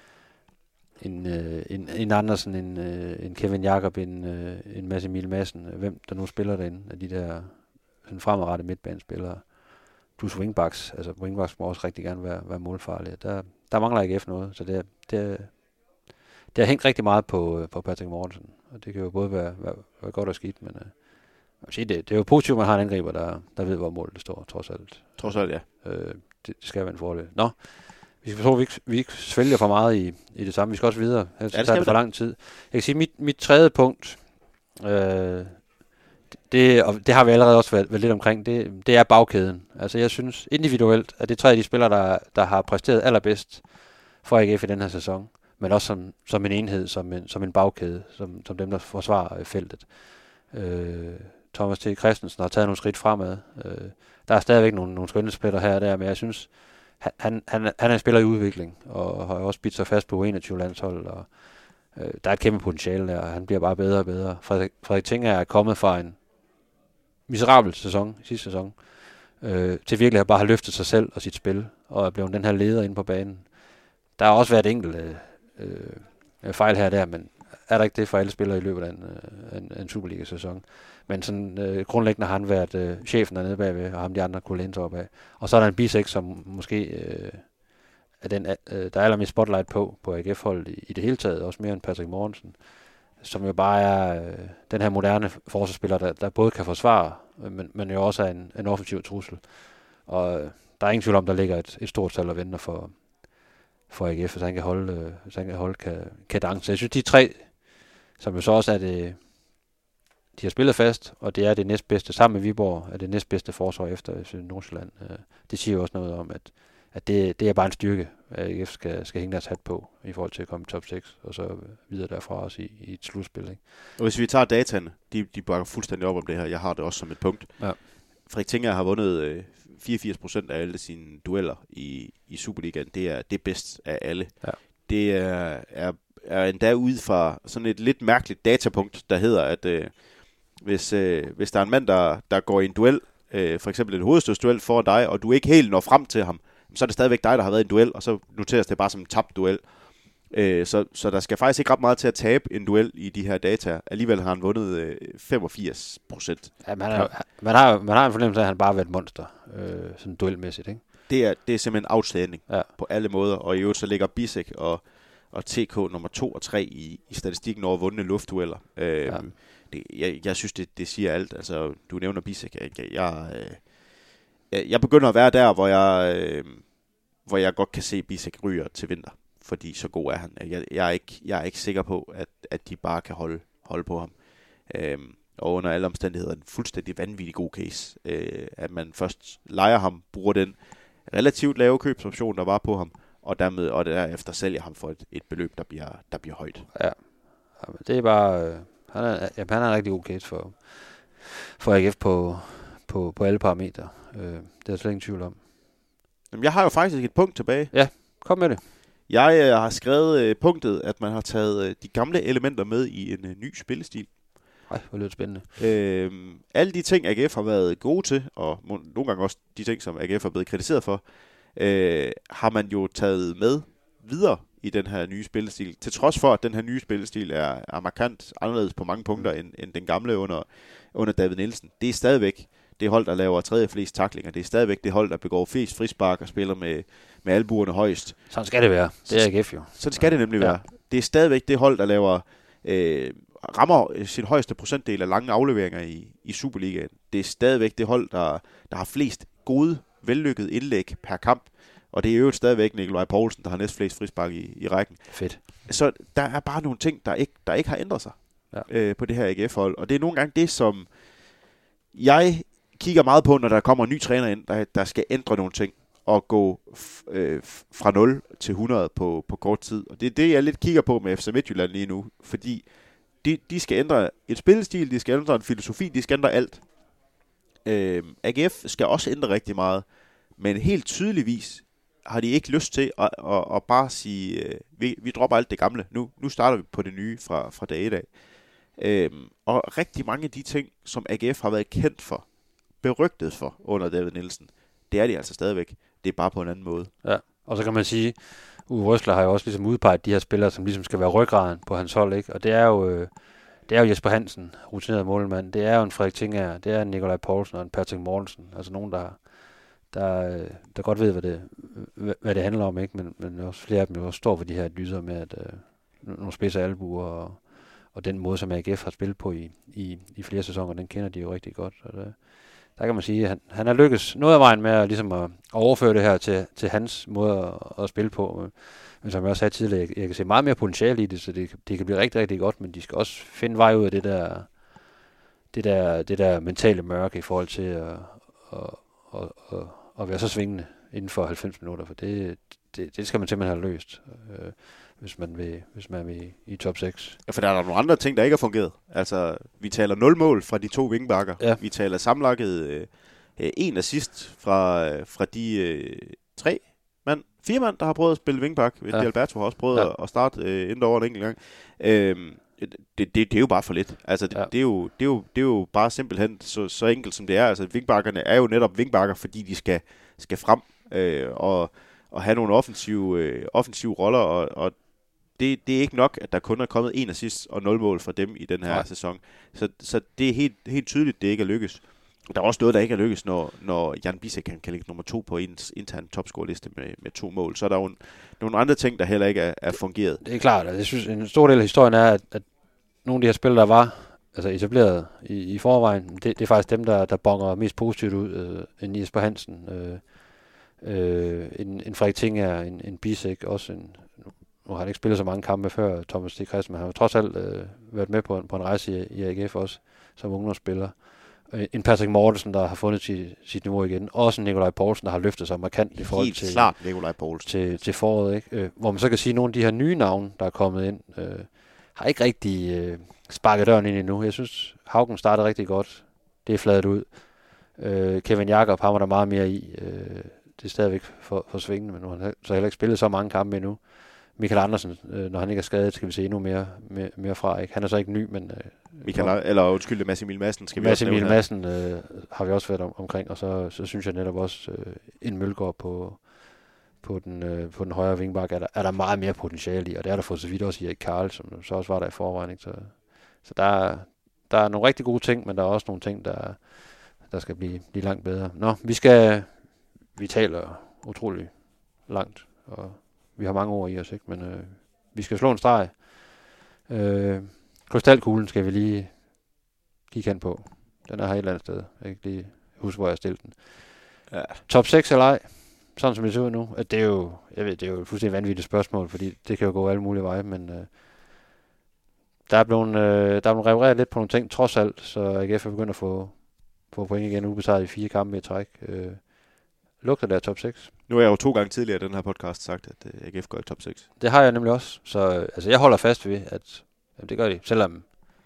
en, øh, en, en Andersen, en, øh, en Kevin Jakob, en, øh, en Mads Emil Madsen, hvem der nu spiller derinde af de der sådan fremadrettede midtbanespillere. Plus wingbacks, altså wingbacks må også rigtig gerne være, være målfarlige. Der, der mangler ikke F noget, så det, det, det har hængt rigtig meget på, på Patrick Mortensen, og det kan jo både være, være, være godt og skidt, men uh, sige, det, det er jo positivt, at man har en angriber, der, der ved, hvor målet står, trods alt. Trods alt, ja. Øh, det, det skal være en fordel. Nå, vi skal forstå, at vi ikke, vi ikke svælger for meget i, i det samme. Vi skal også videre, ellers ja, det tager det for lang tid. Jeg kan sige, mit, mit tredje punkt, øh, Det, og det har vi allerede også været, været lidt omkring, det, det er bagkæden. Altså jeg synes individuelt, at det er tre af de spillere, der, der har præsteret allerbedst for A G F i den her sæson, men også som, som en enhed, som en, som en bagkæde, som, som dem, der forsvarer feltet. Øh, Thomas T. Christensen har taget nogle skridt fremad. Øh, der er stadigvæk nogle, nogle skønne spillere her og der, men jeg synes, han, han, han er en spiller i udvikling, og har også bidt sig fast på U enogtyve-landsholdet, og øh, der er et kæmpe potentiale der, og han bliver bare bedre og bedre. Frederik, Frederik Tinger er kommet fra en miserabel sæson, sidste sæson, øh, til virkelig at bare have løftet sig selv og sit spil, og er blevet den her leder inde på banen. Der har også været enkelte øh, fejl her og der, men er der ikke det for alle spillere i løbet af en, en, en Superliga-sæson. Men sådan øh, grundlæggende har han været øh, chefen dernede bagved, og ham de andre kunne læne sig op af. Og så er der en bisek, som måske øh, er den, øh, der er allermest spotlight på, på A G F-holdet i, i det hele taget, også mere end Patrick Mortensen, som jo bare er øh, den her moderne forsvarsspiller, der, der både kan forsvare, men, men jo også er en, en offensiv trussel. Og øh, der er ingen tvivl om, der ligger et, et stort tal og venter for, for A G F, hvis han kan holde, øh, hvis han kan holde kadence. Så jeg synes, de tre, som jo så også er det, de har spillet fast, og det er det næstbedste, sammen med Viborg, er det næstbedste forsvar efter Nordsjælland. Øh, det siger jo også noget om, at at det, det er bare en styrke, at A G F skal, skal hænge deres hat på, i forhold til at komme i top seks, og så videre derfra også i, i et slutspil. Ikke? Og hvis vi tager dataene, de, de bakker fuldstændig op om det her, jeg har det også som et punkt. Ja. Frederik Tinger har vundet øh, fireogfirs procent af alle sine dueller i, i Superligaen. Det er det bedst af alle. Ja. Det er, er, er endda ud fra sådan et lidt mærkeligt datapunkt, der hedder, at øh, hvis, øh, hvis der er en mand, der, der går i en duel, øh, for eksempel en hovedstødsduel for dig, og du ikke helt når frem til ham, så er det stadigvæk dig, der har været i en duel, og så noteres det bare som en tabt duel. Øh, så, så der skal faktisk ikke ret meget til at tabe en duel i de her data. Alligevel har han vundet øh, femogfirs procent. Ja, man, er, man, har, man har en fornemmelse af, at han bare har været et monster, øh, sådan duelmæssigt, ikke? Det er, det er simpelthen outstanding ja. på alle måder, og i øvrigt så ligger Bisek og, og T K nummer to og tre i, i statistikken over vundne luftdueller. Øh, ja. det, jeg, jeg synes, det, det siger alt. Altså, du nævner Bisek. Jeg, jeg, jeg, jeg, jeg begynder at være der, hvor jeg, øh, hvor jeg godt kan se Bisek ryger til vinter, fordi så god er han. Jeg, jeg, er, ikke, jeg er ikke sikker på, at, at de bare kan holde, holde på ham. Øh, og under alle omstændigheder en fuldstændig vanvittig god case. Øh, at man først lejer ham, bruger den relativt lave købsoption, der var på ham, og dermed og derefter sælger ham for et, et beløb, der bliver, der bliver højt. Ja, det er bare... Øh, han, er, ja, han er en rigtig god case for, for A G F på, på, på alle parametre. Øh, det er jeg slet ingen tvivl om. Jamen, jeg har jo faktisk et punkt tilbage. Ja, kom med det. Jeg øh, har skrevet øh, punktet, at man har taget øh, de gamle elementer med i en øh, ny spillestil. Nej, hvor lyder det spændende. Øhm, alle de ting, A G F har været gode til, og må, nogle gange også de ting, som A G F er blevet kritiseret for, øh, har man jo taget med videre i den her nye spillestil. Til trods for, at den her nye spillestil er, er markant anderledes på mange punkter end, end den gamle under, under David Nielsen. Det er stadigvæk det hold, der laver tredje flest tacklinger. Det er stadigvæk det hold, der begår flest frispark og spiller med, med albuerne højst. Sådan skal det være. Det er A G F jo. Sådan skal det nemlig være. Ja. Det er stadigvæk det hold, der laver... Øh, rammer sin højeste procentdel af lange afleveringer i, i Superligaen. Det er stadigvæk det hold, der, der har flest gode, vellykkede indlæg per kamp. Og det er jo stadigvæk Nikolaj Poulsen, der har næst flest frispark i, i rækken. Fedt. Så der er bare nogle ting, der ikke, der ikke har ændret sig ja. øh, på det her A G F-hold. Og det er nogle gange det, som jeg kigger meget på, når der kommer en ny træner ind, der, der skal ændre nogle ting og gå f- øh, fra nul til hundrede på, på kort tid. Og det er det, jeg lidt kigger på med F C Midtjylland lige nu, fordi De, de skal ændre et spillestil, de skal ændre en filosofi, de skal ændre alt. Øh, A G F skal også ændre rigtig meget, men helt tydeligvis har de ikke lyst til at, at, at bare sige, øh, vi, vi dropper alt det gamle, nu, nu starter vi på det nye fra, fra dag et af. Øh, og rigtig mange af de ting, som A G F har været kendt for, berygtet for under David Nielsen, det er de altså stadigvæk. Det er bare på en anden måde. Ja, og så kan man sige, Uwe Røsler har jo også ligesom udpeget de her spillere, som ligesom skal være ryggraden på hans hold, ikke? Og det er jo, øh, det er jo Jesper Hansen, rutineret målmand. Det er jo en Frederik Tinger, det er en Nikolaj Poulsen og en Patrick Mortensen. Altså nogen, der, der, der godt ved, hvad det, hvad det handler om, ikke? Men, men også flere af dem jo også står for de her dyser med, at øh, nogle spidse albuer og, og den måde, som A G F har spillet på i, i, i flere sæsoner, den kender de jo rigtig godt. Og det, der kan man sige, at han, han har lykkes noget af vejen med at, ligesom at overføre det her til, til hans måde at, at spille på. Men som jeg også sagde tidligere, jeg, jeg kan se meget mere potentiale i det, så det, det kan blive rigtig, rigtig godt, men de skal også finde vej ud af det der, det der, det der mentale mørke i forhold til at, at, at, at, at være så svingende inden for halvfems minutter, for det, det, det skal man simpelthen have løst, øh, hvis man vil, hvis man vil i top seks. Ja, for der er der nogle andre ting, der ikke har fungeret. Altså, vi taler nul mål fra de to vingbakker. Ja. Vi taler sammenlagt øh, en assist fra, øh, fra de øh, tre mand, fire mand, der har prøvet at spille vingbak. Ja. De Alberto har også prøvet ja. at starte øh, inden over en enkelt gang. Øh, det, det, det er jo bare for lidt. Altså, det, ja. det, er, jo, det, er, jo, det er jo bare simpelthen så, så enkelt, som det er. Altså, vingbakkerne er jo netop vingbakker, fordi de skal, skal frem øh, og, og have nogle offensive, øh, offensive roller, og, og Det, det er ikke nok, at der kun er kommet en assist og nul mål fra dem i den her ja. sæson. Så, så det er helt, helt tydeligt, det ikke er lykkes. Der er også noget, der ikke er lykkes, når, når Jan Bisek kan, kan ligge nummer to på ens interne topscore-liste med, med to mål. Så er der jo en, nogle andre ting, der heller ikke er, er fungeret. Det er klart, at jeg synes, en stor del af historien er, at, at nogle af de her spil, der var altså etableret i, i forvejen, det, det er faktisk dem, der, der bonger mest positivt ud. Øh, en Jesper Hansen, øh, øh, en, en Frederik Tinger, en, en Bisek, også en... Nu har han ikke spillet så mange kampe før, Thomas T. Christen, men han har jo trods alt øh, været med på en, på en rejse i, i A G F også, som ungdomsspiller. Øh, en Patrick Mortensen, der har fundet sit, sit niveau igen. Også en Nikolaj Poulsen, der har løftet sig markant i forhold til, klart, Nikolaj Poulsen. til, til foråret. Ikke? Øh, hvor man så kan sige, at nogle af de her nye navne, der er kommet ind, øh, har ikke rigtig øh, sparket døren ind endnu. Jeg synes, Haugen startede rigtig godt. Det er fladet ud. Øh, Kevin Jakob har man der meget mere i. Øh, det er stadigvæk for, for svingende, men nu har han så heller ikke spillet så mange kampe endnu. Michael Andersen, øh, når han ikke er skadet, skal vi se endnu mere, mere, mere fra. Ikke? Han er så ikke ny, men... Øh, Michael, for, eller undskyld, Mads Emil Madsen skal vi Mads også Emil Madsen øh, har vi også været om, omkring, og så, så synes jeg netop også, øh, en Mølgaard på, på, den, øh, på den højre vingbak, er der, er der meget mere potentiale i, og det er der for så vidt også i Erik Karl, som så også var der i forvejen. Ikke? Så, så der, der er nogle rigtig gode ting, men der er også nogle ting, der, der skal blive, blive langt bedre. Nå, vi skal... Vi taler utrolig langt, og vi har mange ord i os, ikke? Men øh, vi skal slå en streg. Øh, krystalkuglen skal vi lige kigge hen på. Den er her et eller andet sted. Jeg kan ikke lige huske, hvor jeg har stillet den. Ja. Top seks eller ej, sådan som det ser ud nu. At det er jo, jeg ved, det er jo et fuldstændig vanvittigt spørgsmål, fordi det kan jo gå alle mulige veje, men øh, der er blevet, øh, der er blevet repareret lidt på nogle ting, trods alt, så A G F er begyndt at få, få point igen, ubesejret i fire kampe i træk. Øh, lugter der top seks. Nu har jeg jo to gange tidligere i den her podcast sagt, at øh, A G F går i top seks. Det har jeg nemlig også, så øh, altså, jeg holder fast ved, at jamen, det gør de, selvom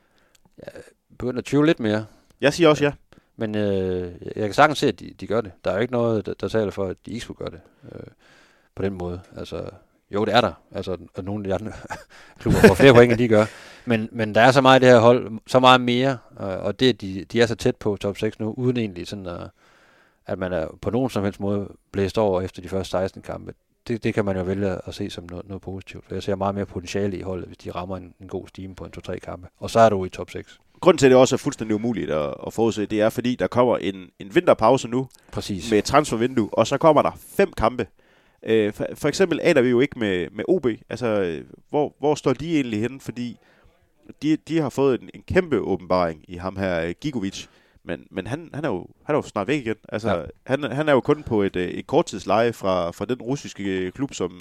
jeg begynder at tvivle lidt mere. Jeg siger også ja. Men øh, jeg kan sagtens se, at de, de gør det. Der er jo ikke noget, der, der taler for, at de ikke skulle gøre det øh, på den måde. Altså, jo, det er der. Altså, at nogle af de andre klubber får flere point, end de gør. Men, men der er så meget i det her hold, så meget mere, øh, og det, de, de er så tæt på top seks nu, uden egentlig sådan, at, at man er på nogen som helst måde blæst over efter de første seksten kampe. Det, det kan man jo vælge at se som noget, noget positivt. Jeg ser meget mere potentiale i holdet, hvis de rammer en, en god stime på en to-tre kampe. Og så er du i top seks. Grunden til, at det også er fuldstændig umuligt at, at forudse, det er, fordi der kommer en, en vinterpause nu. Præcis. Med et transfervindue, og så kommer der fem kampe. Øh, for, for eksempel aner vi jo ikke med, med O B. Altså, hvor, hvor står de egentlig henne? Fordi de, de har fået en, en kæmpe åbenbaring i ham her, Gigovic. Men, men han, han, er jo, han er jo snart væk igen. Altså, ja. han, han er jo kun på et, et korttidsleje fra, fra den russiske klub, som,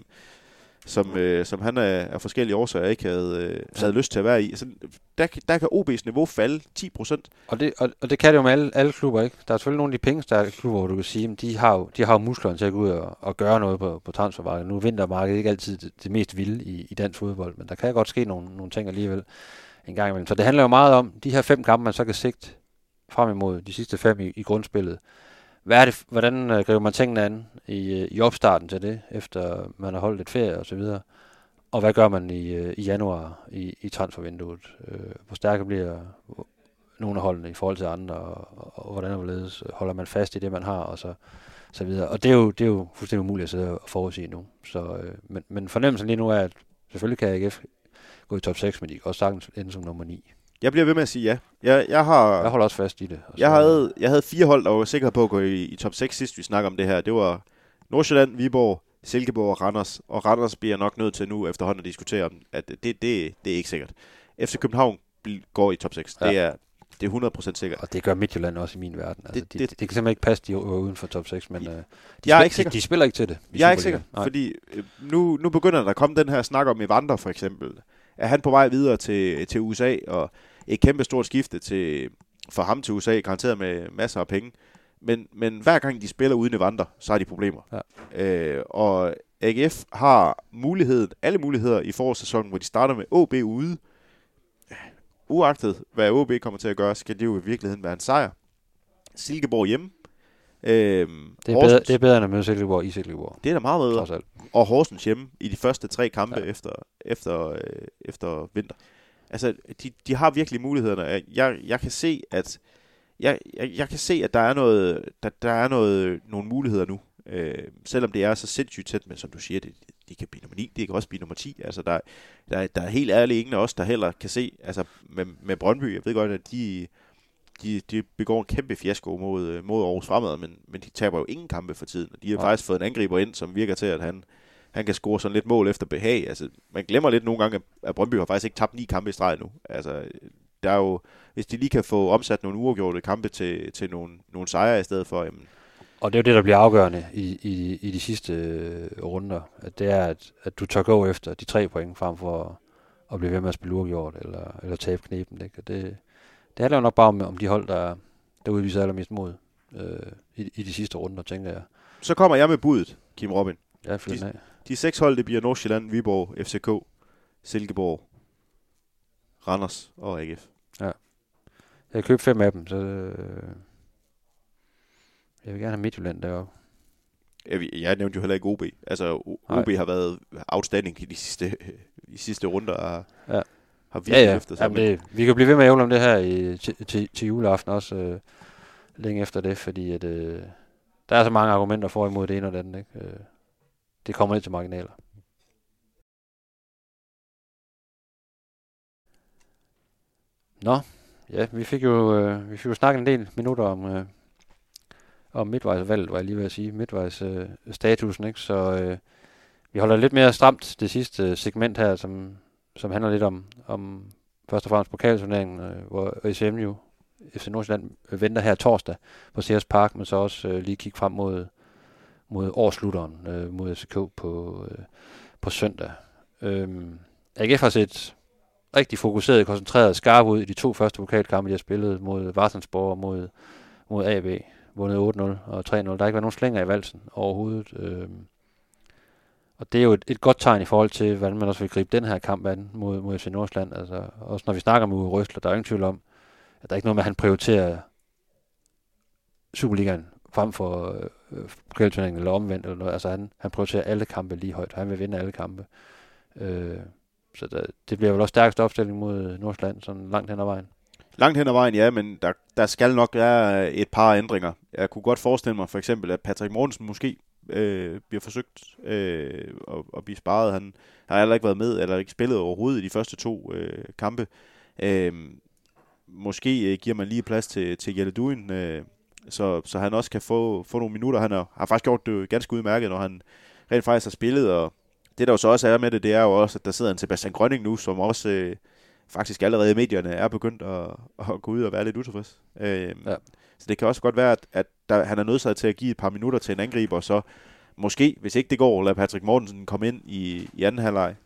som, øh, som han af, af forskellige årsager ikke havde, øh, havde lyst til at være i. Altså, der, der kan O B's niveau falde ti procent. Og det, og, og det kan det jo med alle, alle klubber, ikke? Der er selvfølgelig nogle af de pengestærke klubber, hvor du kan sige, at de har jo, de har jo musklerne til at gå ud og, og gøre noget på, på transfermarkedet. Nu er vintermarkedet ikke altid det, det mest vilde i, i dansk fodbold, men der kan godt ske nogle, nogle ting alligevel en gang imellem. Så det handler jo meget om, de her fem kampe, man så kan sigte frem imod de sidste fem i, i grundspillet. Hvad er det, hvordan øh, griber man tingene an i, i opstarten til det, efter man har holdt et ferie og så videre? Og hvad gør man i, øh, i januar i, i transfervinduet? Øh, hvor stærke bliver nogle af holdene i forhold til andre, og, og, og hvordan og hvorledes holder man fast i det, man har, og så, så videre. Og det er jo, det er jo fuldstændig umuligt at sidde og forudsige nu. Så, øh, men, men fornemmelsen lige nu er, at selvfølgelig kan A G F gå i top seks, men de kan også sagtens ende som nummer ni. Jeg bliver ved med at sige ja. Jeg, jeg, har, jeg holder også fast i det. Jeg havde, jeg havde fire hold, der var sikker på at gå i, i top seks sidst, vi snakker om det her. Det var Nordsjælland, Viborg, Silkeborg og Randers. Og Randers bliver nok nødt til nu efterhånden at diskutere om, at det, det, det er ikke sikkert. F C København går i top seks. Ja. Det, er, det er hundrede procent sikkert. Og det gør Midtjylland også i min verden. Altså, det, de, det, det, det kan simpelthen ikke passe, de er uden for top seks, men de, de, jeg er spil, ikke sikker. De, de spiller ikke til det. Jeg er ikke sikker, Nej. fordi nu, nu begynder der at komme den her snak om Evander for eksempel. Er han på vej videre til, til U S A, og et kæmpe stort skifte til, for ham til U S A, garanteret med masser af penge. Men, men hver gang de spiller uden Evander, så har de problemer. Ja. Øh, og A G F har muligheden, alle muligheder i forårssæsonen, hvor de starter med O B ude. Uagtet hvad O B kommer til at gøre, skal det jo i virkeligheden være en sejr. Silkeborg hjemme. Øhm, det, er bedre, det er bedre end at møde Silkeborg i Silkeborg. Det er da meget bedre. Og Horsens hjemme i de første tre kampe ja. efter, efter, øh, efter vinter. Altså, de, de har virkelig mulighederne. Jeg, jeg kan se, at jeg, jeg, jeg kan se, at der er noget, der, der er noget, nogle muligheder nu. Øh, selvom det er så sindssygt tæt, men som du siger, det, de kan blive nummer ni, de kan også blive nummer ti. Altså, der, der, der er helt ærligt ingen af os, der heller kan se, altså med, med Brøndby, jeg ved godt, at de, de, de begår en kæmpe fiasko mod, mod Aarhus Fremad, men, men de taber jo ingen kampe for tiden. De har ja. faktisk fået en angriber ind, som virker til, at han, han kan score sådan lidt mål efter behag. Altså, man glemmer lidt nogle gange, at Brøndby har faktisk ikke tabt ni kampe i streg nu. Altså, der er jo, hvis de lige kan få omsat nogle uafgjorte kampe til, til nogle, nogle sejre i stedet for, jamen. Og det er jo det, der bliver afgørende i, i, i de sidste øh, runder. At det er, at, at du tør gå efter de tre point, frem for at, at blive ved med at spille uafgjort, eller, eller tabe knepen. Ikke? Og det, det handler jo nok bare om, om de hold, der, der udviser allermest mod øh, i, i de sidste runder, tænker jeg. Så kommer jeg med budet, Kim Robin. Ja, de, de seks hold, det bliver Nordsjælland, Viborg, F C K, Silkeborg, Randers og A G F. Ja. Jeg har købt fem af dem, så øh, jeg vil gerne have Midtjylland deroppe. Jeg, jeg nævnte jo heller ikke O B. Altså, O B har været outstanding i de sidste, de sidste runder. Og ja. Har virkelig ja, ja. efter sig. Jamen, det, vi kan blive ved med at ævle om det her i, til, til, til juleaften også, øh, længe efter det, fordi at, øh, der er så mange argumenter for imod det ene og det andet. Ikke? Øh, det kommer ned til marginaler. Nå, ja, vi fik jo, øh, vi fik jo snakket en del minutter om, øh, om midtvejsvalget, var jeg lige ved at sige, midtvejsstatusen, øh, ikke? Så øh, Vi holder lidt mere stramt det sidste segment her, som, som handler lidt om, om først og fremmest pokalturneringen, øh, hvor F C M jo, F C Nordsjælland venter her torsdag på Sears Park, men så også øh, lige kigge frem mod, mod årslutteren, øh, mod F C K på, øh, på søndag. Øhm, A G F har set rigtig fokuseret, koncentreret, skarp ud i de to første pokalkampe, de har spillet mod Varsensborg og mod, mod A B. Vundet otte nul og tre nul. Der har ikke været nogen slænger i valsen overhovedet. Øhm, og det er jo et, et godt tegn i forhold til, hvordan man også vil gribe den her kamp an mod, mod F C Nordsjælland. Altså, også når vi snakker med Uwe Røsler, der er ingen tvivl om, at der er ikke noget med, at han prioriterer Superligaen frem for øh, pokalturneringen eller omvendt. Eller noget. Altså, han, han prioriterer alle kampe lige højt. Han vil vinde alle kampe. Øh, så der, det bliver vel også stærkeste opstilling mod Nordsjælland, sådan langt hen ad vejen. Langt hen ad vejen, ja, men der, der skal nok være et par ændringer. Jeg kunne godt forestille mig for eksempel, at Patrick Mortensen måske øh, bliver forsøgt øh, at, at blive sparet. Han har heller ikke været med, eller ikke spillet overhovedet i de første to øh, kampe. Øh, måske øh, giver man lige plads til, til Jelle Duin, øh, så, så han også kan få, få nogle minutter. Han har, har faktisk gjort det ganske udmærket, når han rent faktisk har spillet, og det der jo så også er med det, det er jo også, at der sidder en Sebastian Grønning nu, som også øh, faktisk allerede i medierne er begyndt at, at gå ud og være lidt utilfreds. Øh, ja. Så det kan også godt være, at, at der, han er nødt til at give et par minutter til en angriber, så måske, hvis ikke det går, lade Patrick Mortensen komme ind i, i anden halvleg.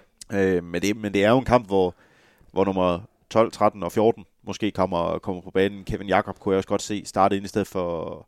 Øh, men, det, men det er jo en kamp, hvor, hvor nummer tolv, tretten og fjorten måske kommer, kommer på banen. Kevin Jakob kunne jeg også godt se starte ind i stedet for,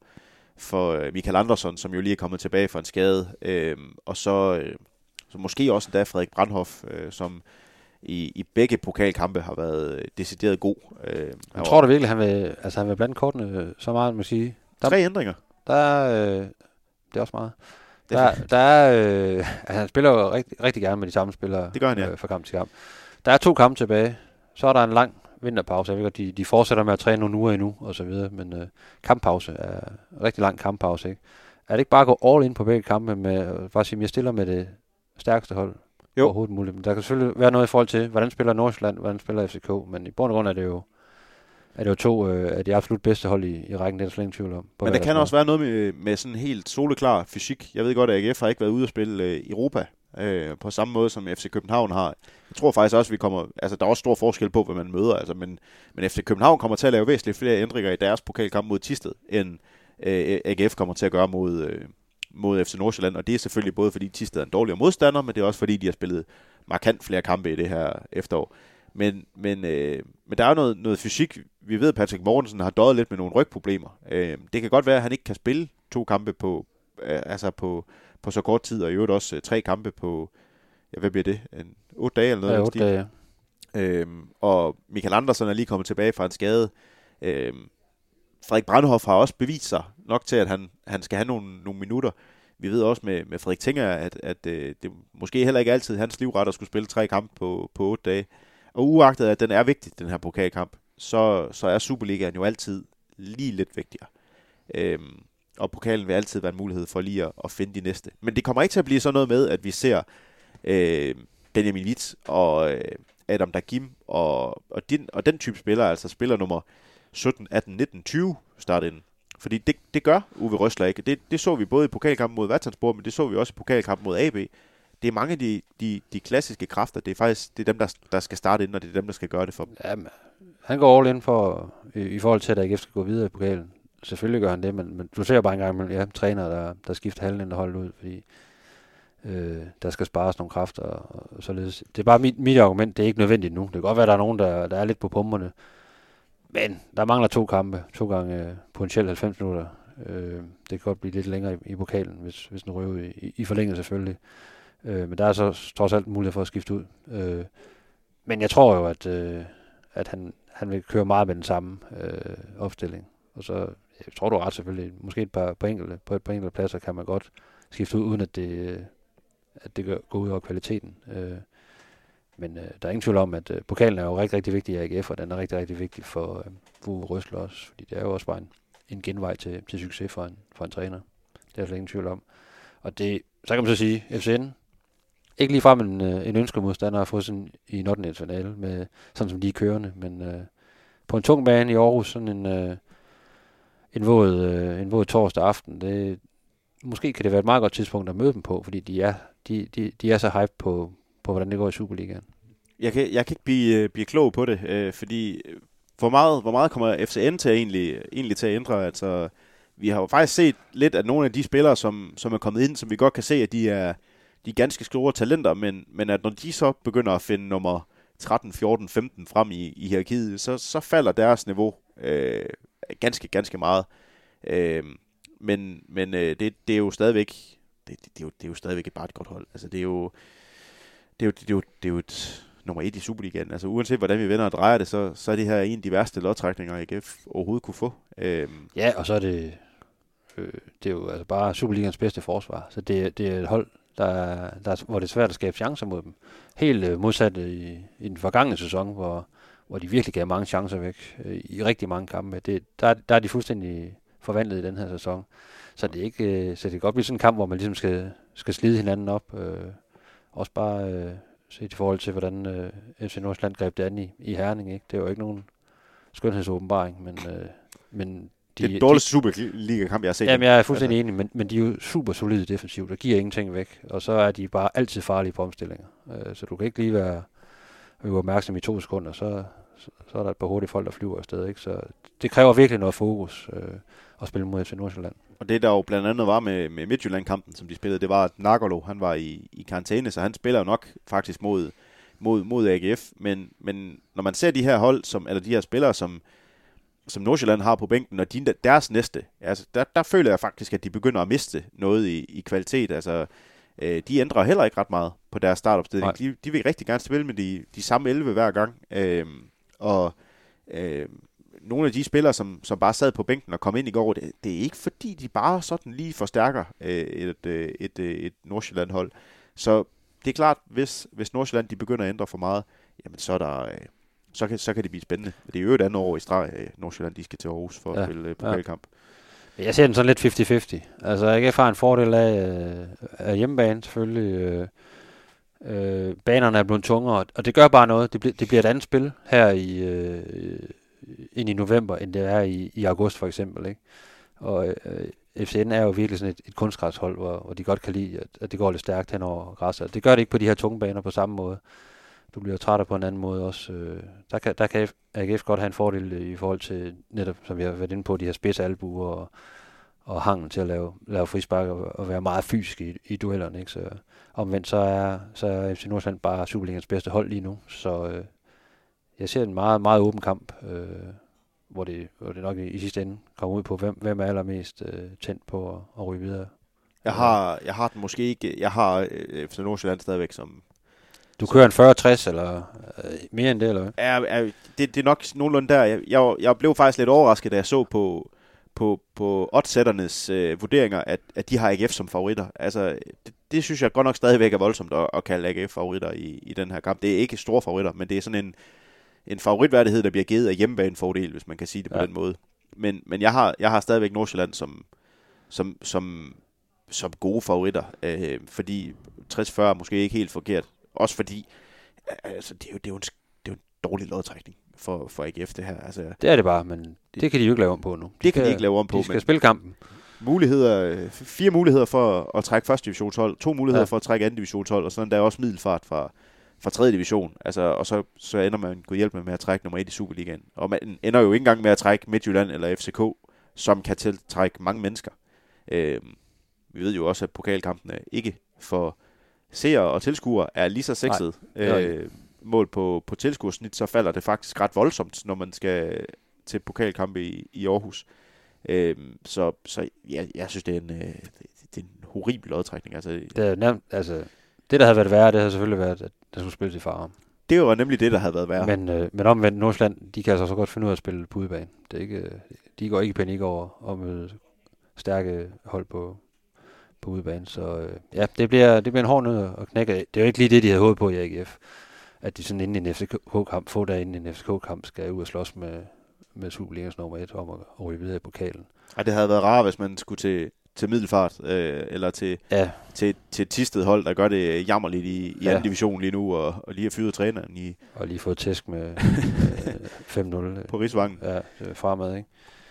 for Michael Andersson, som jo lige er kommet tilbage fra en skade. Øh, og så... Øh, Så måske også endda Frederik Brandhoff, øh, som i, i begge pokalkampe har været decideret god. Øh, jeg tror da virkelig, han vil, altså han vil blande kortene så meget, man må sige. Der, Tre ændringer. Der er, øh, det er også meget. Der, der er, øh, altså han spiller jo rigtig, rigtig gerne med de samme spillere. Det gør han, ja. øh, fra kamp til kamp. Der er to kampe tilbage. Så er der en lang vinterpause. Jeg ved godt, de, de fortsætter med at træne nogle uger endnu, og så videre. Men øh, kamppause er rigtig lang kamppause, ikke? Er det ikke bare at gå all in på begge kampe med, bare sige, jeg stiller med det stærkeste hold jo. Overhovedet muligt. Men der kan selvfølgelig være noget i forhold til, hvordan spiller Nordsjælland, hvordan spiller F C K, men i bund og grund er det jo, er det jo to øh, af de absolut bedste hold i, i rækken, det er der slet ingen tvivl om. Men der kan også være noget med, med sådan helt soleklar fysik. Jeg ved godt, at A G F har ikke været ude at spille øh, Europa øh, på samme måde, som F C København har. Jeg tror faktisk også, at vi kommer, altså der er også stor forskel på, hvad man møder, altså, men, men F C København kommer til at lave væsentligt flere ændringer i deres pokalkamp mod Thisted, end øh, A G F kommer til at gøre mod... Øh, mod F C Nordsjælland, og det er selvfølgelig både fordi Thisted er en dårligere modstander, men det er også fordi, de har spillet markant flere kampe i det her efterår. Men, men, øh, men der er noget, noget fysik. Vi ved, at Patrick Mortensen har døjet lidt med nogle rygproblemer. Øh, det kan godt være, at han ikke kan spille to kampe på, øh, altså på, på så kort tid, og i øvrigt også øh, tre kampe på, ja, hvad bliver det? En, otte dage eller noget? Ja, otte dage, ja. Øh, og Michael Andersen er lige kommet tilbage fra en skade. Øh, Frederik Brandhoff har også bevist sig nok til, at han, han skal have nogle, nogle minutter. Vi ved også med, med Frederik Tinger, at, at øh, det måske heller ikke altid hans livret at skulle spille tre kampe på, på otte dage. Og uagtet, at den er vigtig, den her pokalkamp, så, så er Superligaen jo altid lige lidt vigtigere. Øhm, og pokalen vil altid være en mulighed for lige at, at finde de næste. Men det kommer ikke til at blive sådan noget med, at vi ser øh, Benjamin Witt og øh, Adam Dagim og, og, din, og den type spillere, altså spiller nummer sytten, atten, nitten, tyve starte ind. Fordi det, det gør Uwe Røsler ikke. Det, det så vi både i pokalkampen mod Vatanspor, men det så vi også i pokalkampen mod A B. Det er mange af de, de, de klassiske kræfter. Det er faktisk det er dem, der, der skal starte ind, og det er dem, der skal gøre det for dem. Jamen, han går all in for, i, i forhold til, at A G F skal gå videre i pokalen. Selvfølgelig gør han det, men, men du ser bare engang med ja, træner, der, der skifter halvdelen af holdet ud, fordi øh, der skal spares nogle kræfter. Og, og således. Det er bare mit, mit argument. Det er ikke nødvendigt nu. Det kan godt være, at der er nogen, der, der er lidt på pumperne. Men der mangler to kampe, to gange øh, potentielt halvfems minutter. Øh, det kan godt blive lidt længere i, i pokalen, hvis, hvis den røver i, i, i forlænget selvfølgelig. Øh, men der er så trods alt mulighed for at skifte ud. Øh, men jeg tror jo, at, øh, at han, han vil køre meget med den samme øh, opstilling. Og så jeg tror du ret selvfølgelig, måske et par, på, enkelte, på et par enkelte pladser kan man godt skifte ud, uden at det, øh, at det går ud over kvaliteten. Øh, Men øh, der er ingen tvivl om, at øh, pokalen er jo rigtig, rigtig vigtig i A G F, og den er rigtig, rigtig vigtig for øh, Uwe Røsler også, fordi det er jo også bare en, en genvej til, til succes for en, for en træner. Det er der slet ingen tvivl om. Og det, så kan man så sige, F C N, ikke ligefrem en, øh, en ønskemodstander at få sådan i en ottende finale, med, sådan som de er kørende, men øh, på en tung bane i Aarhus, sådan en, øh, en, våd, øh, en våd torsdag aften, det, måske kan det være et meget godt tidspunkt at møde dem på, fordi de er de, de, de er så hype på, på, hvordan det går i Superligaen. Jeg kan, jeg kan ikke blive, blive klog på det, øh, fordi hvor meget, hvor meget kommer F C N til at egentlig, egentlig til at ændre? Altså, vi har jo faktisk set lidt af nogle af de spillere, som, som er kommet ind, som vi godt kan se, at de er, de er ganske store talenter, men, men at når de så begynder at finde nummer tretten, fjorten, femten frem i, i hierarkiet, så, så falder deres niveau øh, ganske, ganske meget. Øh, men men øh, det, det er jo stadigvæk det, det, det, er jo, det er jo stadigvæk bare et godt hold. Altså, det er jo det er jo, det er jo, det er jo et nummer et i Superligaen. Altså, uanset hvordan vi vender og drejer det, så, så er det her en af de værste lodtrækninger, A G F overhovedet kunne få. Øh, Ja, og så er det øh, det er jo altså bare Superligaens bedste forsvar. Så det, det er et hold, der, der, hvor det er svært at skabe chancer mod dem. Helt øh, modsat i, i den forgangne sæson, hvor, hvor de virkelig gav mange chancer væk øh, i rigtig mange kampe. Det, der, der er de fuldstændig forvandlet i den her sæson. Så det, er ikke, øh, så det kan godt blive sådan en kamp, hvor man ligesom skal, skal slide hinanden op. Øh, også bare øh, set i forhold til, hvordan øh, F C Nordsjælland greb det an i, i Herning. Ikke? Det er jo ikke nogen skønhedsåbenbaring, men... Øh, men De, det er den dårligste Superliga-kamp, jeg har set. Jamen, jeg er fuldstændig enig, men, men de er jo super solide defensivt, der giver ingenting væk, og så er de bare altid farlige på omstillinger. Uh, så du kan ikke lige være, være opmærksom i to sekunder, så, så, så er der et par hurtige folk, der flyver afsted. Ikke? Så det kræver virkelig noget fokus uh, at spille mod F C Nordsjælland. Og det, der jo blandt andet var med, med Midtjylland-kampen, som de spillede, det var, at Nagalo, han var i, i karantæne, så han spiller jo nok faktisk mod, mod, mod A G F. Men, men når man ser de her hold, som, eller de her spillere, som som Nordsjælland har på bænken, og de, deres næste, altså, der, der føler jeg faktisk, at de begynder at miste noget i, i kvalitet. Altså, øh, de ændrer heller ikke ret meget på deres startopstilling. De, de vil rigtig gerne spille med de, de samme elleve hver gang. Øh, og øh, nogle af de spillere, som, som bare sad på bænken og kom ind i går, det, det er ikke fordi, de bare sådan lige forstærker øh, et, et, et, et Nordsjælland-hold. Så det er klart, hvis, hvis Nordsjælland de begynder at ændre for meget, jamen så er der... Øh, Så kan, så kan det blive spændende. Det er jo et andet år i streg, Nordsjælland, de skal til Aarhus for ja, at spille pokalkamp. Ja. Jeg ser den sådan lidt halvtreds halvtreds. Altså, A G F har en fordel af, af hjemmebane, selvfølgelig. Øh, øh, banerne er blevet tungere, og det gør bare noget. Det, bl- det bliver et andet spil her i, øh, ind i november, end det er i, i august, for eksempel. Ikke? Og øh, F C N er jo virkelig sådan et, et kunstgræshold, hvor, hvor de godt kan lide, at, at det går lidt stærkt hen over græsset. Det gør det ikke på de her tunge baner på samme måde. Du bliver træt på en anden måde også. Der kan, der kan A G F godt have en fordel i forhold til, netop som vi har været inde på, de her spidse albuer og, og hangen til at lave, lave frispark og, og være meget fysisk i, i duellerne. Ikke? Så omvendt så er, så er F C Nordsjælland bare Superligaens bedste hold lige nu. Så øh, jeg ser en meget, meget åben kamp, øh, hvor, det, hvor det nok i, i sidste ende kommer ud på, hvem, hvem er allermest øh, tændt på at, at ryge videre. Jeg har, jeg har den måske ikke. Jeg har øh, F C Nordsjælland stadigvæk som... Du kører en fyrre tres, eller øh, mere end det, eller hvad? Ja, ja, det, det er nok nogenlunde der. Jeg, jeg, jeg blev faktisk lidt overrasket, da jeg så på, på, på oddsætternes øh, vurderinger, at, at de har A G F som favoritter. Altså, det, det synes jeg godt nok stadigvæk er voldsomt at, at kalde A G F favoritter i, i den her kamp. Det er ikke store favoritter, men det er sådan en, en favoritværdighed, der bliver givet af hjemmebanefordel, hvis man kan sige det på ja. den måde. Men, men jeg, har, jeg har stadigvæk Nordsjælland som, som, som, som gode favoritter, øh, fordi tres fyrre er måske ikke helt forkert. Også fordi, altså, det er jo, det er jo, en, det er jo en dårlig lodtrækning for, for A G F, det her. Altså, det er det bare, men det, det kan de jo ikke lave om på nu. De det kan de ikke lave om på. De skal spille kampen. Muligheder, fire muligheder for at trække første divisionshold, to muligheder ja. for at trække anden divisionshold, og sådan der er også middelfart fra, fra tredje division. Altså, og så, så ender man gå hjælp med, med at trække nummer et i Superligaen. Og man ender jo ikke engang med at trække Midtjylland eller F C K, som kan tiltrække mange mennesker. Øh, vi ved jo også, at pokalkampene ikke for seere og tilskuere er lige så sexet øh, mål på, på tilskuersnit, så falder det faktisk ret voldsomt, når man skal til pokalkampe i, i Aarhus. Øh, så så ja, jeg synes, det er en, øh, det er en horribel lodtrækning. Altså, det, er nemt, altså, det, der havde været værre, det havde selvfølgelig været, at der skulle spille til Farum. Det var nemlig det, der havde været værre. Men, øh, men omvendt Nordsjælland, de kan altså så godt finde ud af at spille på udebane. Det er ikke, de går ikke i panik over at møde stærke hold på på udebane, så øh, ja, det bliver, det bliver en hård nød at knække. Det er jo ikke lige det, de havde håbet på i A G F, at de sådan inden en F C K-kamp, få der inden en F C K-kamp, skal ud og slås med, med Superligaens nummer et om at, at ryge videre i pokalen. Ja, det havde været rart, hvis man skulle til, til Middelfart, øh, eller til, ja. til, til et Thisted hold, der gør det jammerligt i, i ja. anden division lige nu, og, og lige har fyret træneren i... Og lige fået tæsk med øh, fem nul. På Rigsvangen. Ja, fremad, ikke?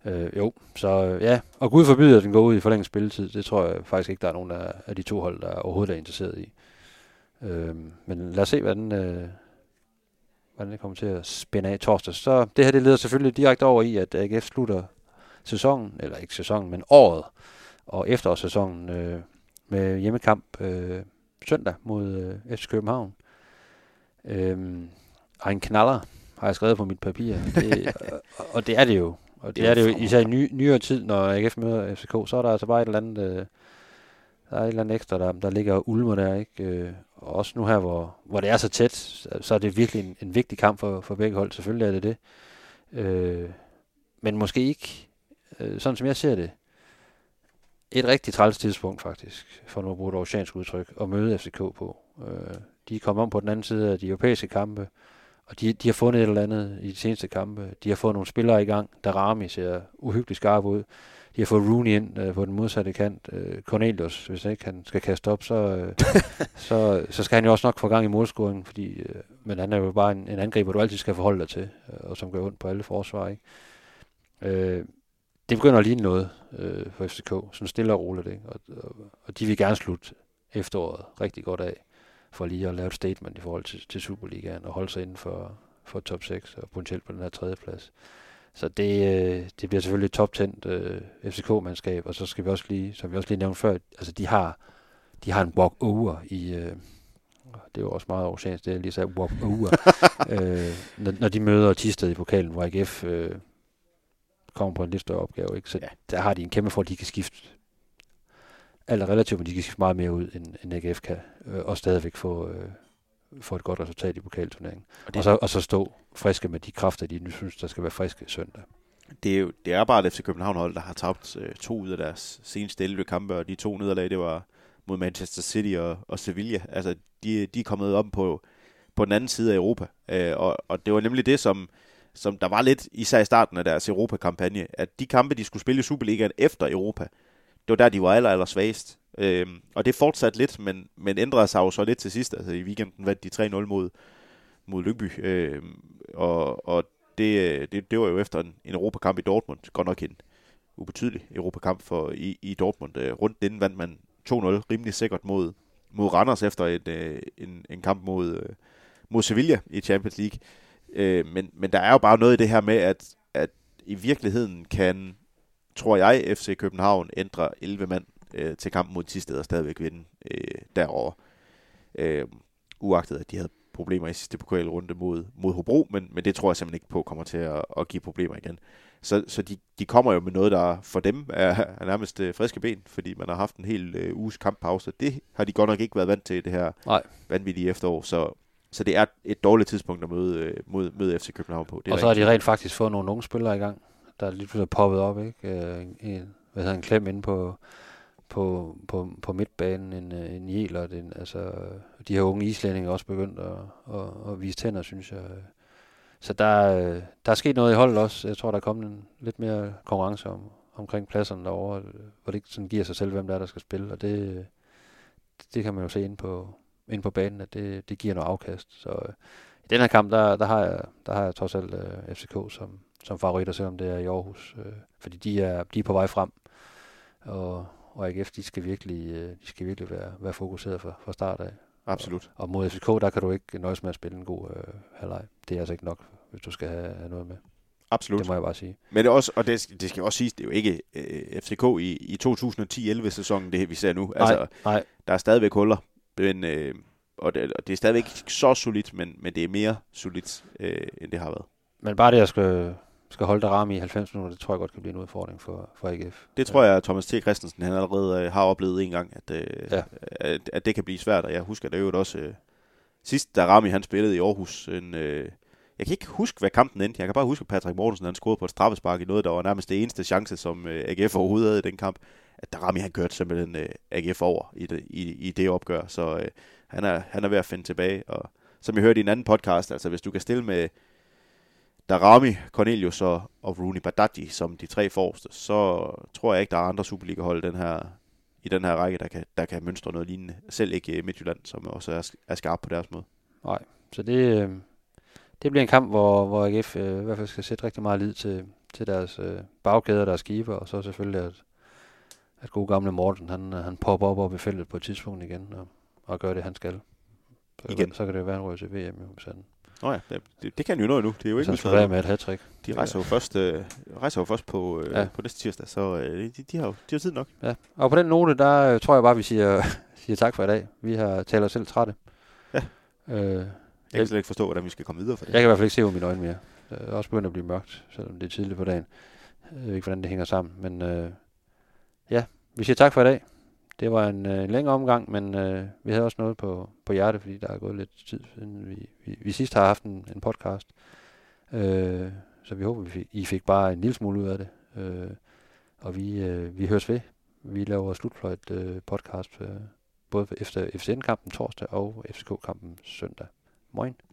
Øh, jo, så øh, ja, og Gud forbyder, at den går ud i forlænget spilletid. Det tror jeg faktisk ikke, der er nogen der, af de to hold, der overhovedet er interesseret i. Øh, men lad os se, hvordan, øh, hvordan det kommer til at spænde af torsdag. Så det her, det leder selvfølgelig direkte over i, at A G F slutter sæsonen, eller ikke sæsonen, men året, og efterårssæsonen øh, med hjemmekamp øh, søndag mod øh, F C København. Øh, og en knaller, har jeg skrevet på mit papir. Det, og, og det er det jo. Og det, det er det jo især i ny, nyere tid, når A G F møder F C K, så er der altså bare et eller andet, øh, der er et eller andet ekstra, der, der ligger og ulmer der, ikke? Øh, og også nu her, hvor, hvor det er så tæt, så er det virkelig en, en vigtig kamp for, for begge hold. Selvfølgelig er det det. Øh, men måske ikke, øh, sådan som jeg ser det, et rigtig træls tidspunkt faktisk, for nu at bruge et oceansk udtryk, at møde F C K på. Øh, de er kommet om på den anden side af de europæiske kampe, og de, de har fundet et eller andet i de seneste kampe. De har fået nogle spillere i gang. Darami ser uhyggeligt skarp ud. De har fået Rooney ind øh, på den modsatte kant. Øh, Cornelius, hvis han ikke han skal kaste op, så, øh, så, så skal han jo også nok få gang i målscoringen, fordi, øh, men han er jo bare en, en angriber, du altid skal forholde dig til, øh, og som gør ondt på alle forsvar, ikke? Øh, det begynder at ligne noget øh, for F C K, sådan stille og roligt, ikke? Og, og, og de vil gerne slutte efteråret rigtig godt af, for lige at lave et statement i forhold til, til Superligaen, og holde sig inden for, for top seks, og potentielt på den her tredje plads. Så det, øh, det bliver selvfølgelig et toptændt øh, F C K-mandskab, og så skal vi også lige, som vi også lige nævnte før, altså de har, de har en walk-over i, øh, det er jo også meget oceansk, det er lige så walk-over, øh, når, når de møder Thisted i pokalen, hvor A G F øh, kommer på en lidt større opgave, ikke? Så ja. Der har de en kæmpe for, at de kan skifte alt relativt, men de kan skifte meget mere ud, end, end A G F kan, øh, og stadigvæk få, øh, få et godt resultat i pokalturneringen. Og, og, så, og så stå friske med de kræfter, de nu synes, der skal være friske søndag. Det er jo det er bare et F C København-hold, der har tabt øh, to ud af deres seneste elleve kampe, og de to nederlag, det var mod Manchester City og, og Sevilla. Altså, de, de er kommet op på, på den anden side af Europa, øh, og, og det var nemlig det, som, som der var lidt, især i starten af deres Europa-kampagne, at de kampe, de skulle spille i Superligaen efter Europa, det var der, de var aller, aller svagest. Øhm, og det fortsatte lidt, men, men ændrede sig jo så lidt til sidst. Altså i weekenden vandt de tre nul mod, mod Lyngby. Øhm, og og det, det, det var jo efter en, en Europakamp i Dortmund. Godt nok en ubetydelig Europakamp for, i, i Dortmund. Øh, rundt inden vandt man to nul rimelig sikkert mod, mod Randers efter et, øh, en, en kamp mod, øh, mod Sevilla i Champions League. Øh, men, men der er jo bare noget i det her med, at, at i virkeligheden kan, tror jeg, F C København ændre elleve mand øh, til kampen mod Thisted og stadigvæk vinde øh, derovre. Øh, uagtet at de havde problemer i sidste pokalrunde mod, mod Hobro, men, men det tror jeg simpelthen ikke på kommer til at, at give problemer igen. Så, så de, de kommer jo med noget, der for dem er, er nærmest øh, friske ben, fordi man har haft en hel øh, uges kamppause. Det har de godt nok ikke været vant til i det her Nej. vanvittige efterår, så, så det er et dårligt tidspunkt at møde, øh, mod, møde F C København på. Det og så har de rent faktisk fået nogle unge spillere i gang, der er lige pludselig poppet op, ikke? Øh, en, hvad hedder en klem inde på på på på midtbanen, en en Jelert, en altså de her unge islændinge er også begyndt at, at, at vise tænder, synes jeg. Så der der er sket noget i holdet også. Jeg tror der er kommet en lidt mere konkurrence om omkring pladserne derovre, hvor det ikke sådan giver sig selv, hvem der er der skal spille, og det det kan man jo se inde på inde på banen, at det det giver noget afkast. Så i den her kamp der der har jeg der har jeg trods alt uh, F C K som som favoritter, selvom det er i Aarhus, øh, fordi de er de er på vej frem, og og A G F, de skal virkelig, de skal virkelig være, være fokuseret fra, fra start af. Absolut. Og, og mod F C K, der kan du ikke nøjes med at spille en god øh, halvleg. Det er altså ikke nok, hvis du skal have, have noget med. Absolut. Det må jeg bare sige. Men det, er også, og det, det skal også siges, det er jo ikke øh, F C K i, i to tusind og ti elleve sæsonen, det vi ser nu. Nej, altså, nej. Der er stadigvæk huller, men, øh, og, det, og det er stadigvæk ikke så solidt, men, men det er mere solidt, øh, end det har været. Men bare det, jeg skal... skal holde Darami i halvfems minutter, det tror jeg godt kan blive en udfordring for, for A G F. Det tror jeg, at Thomas T. Christensen han allerede øh, har oplevet en gang, at, øh, ja. at, at det kan blive svært, og jeg husker det jo også øh, sidst, da Darami han spillede i Aarhus. En, øh, jeg kan ikke huske, hvad kampen endte. Jeg kan bare huske, at Patrick Mortensen han scorede på et straffespark i noget, der var nærmest det eneste chance, som øh, A G F overhovedet havde i den kamp. At Darami han kørte simpelthen øh, A G F over i det, i, i det opgør, så øh, han, er, han er ved at finde tilbage. Og som jeg hørte i en anden podcast, altså hvis du kan stille med Darami, Cornelius og, og Rooney Badaji som de tre forreste, så tror jeg ikke, der er andre Superliga-hold den her, i den her række, der kan, der kan mønstre noget lignende. Selv ikke Midtjylland, som også er, er skarp på deres måde. Nej, så det, det bliver en kamp, hvor, hvor A G F øh, i hvert fald skal sætte rigtig meget lid til, til deres øh, bagkæder, deres skiver, og så selvfølgelig, at, at god gamle Morten, han, han popper op op i feltet på et tidspunkt igen, og, og gør det, han skal. Så, igen. Så kan det være en rød til V M, hvis han... Nå ja, det, det kan jo noget nu. Det er jo ikke udtaget. Med et hat-trick. De rejser jo først, øh, rejser jo først på, øh, ja. på næste tirsdag, så øh, de, de, har jo, de har tid nok. Ja, og på den note, der øh, tror jeg bare, vi siger, siger tak for i dag. Vi har talt os selv trætte. Ja. Øh, jeg kan slet ikke forstå, hvordan vi skal komme videre for det. Jeg kan i hvert fald ikke se ud af mine øjne mere. Det er også begyndt at blive mørkt, selvom det er tidligt på dagen. Jeg ved ikke, hvordan det hænger sammen, men øh, ja, vi siger tak for i dag. Det var en øh, længere omgang, men øh, vi havde også noget på, på hjertet, fordi der er gået lidt tid siden vi, vi, vi sidst har haft en, en podcast. Øh, så vi håber, vi fik, I fik bare en lille smule ud af det. Øh, og vi, øh, vi høres ved. Vi laver slutfløjt øh, podcast øh, både efter F C N-kampen torsdag og F C K-kampen søndag. Moin.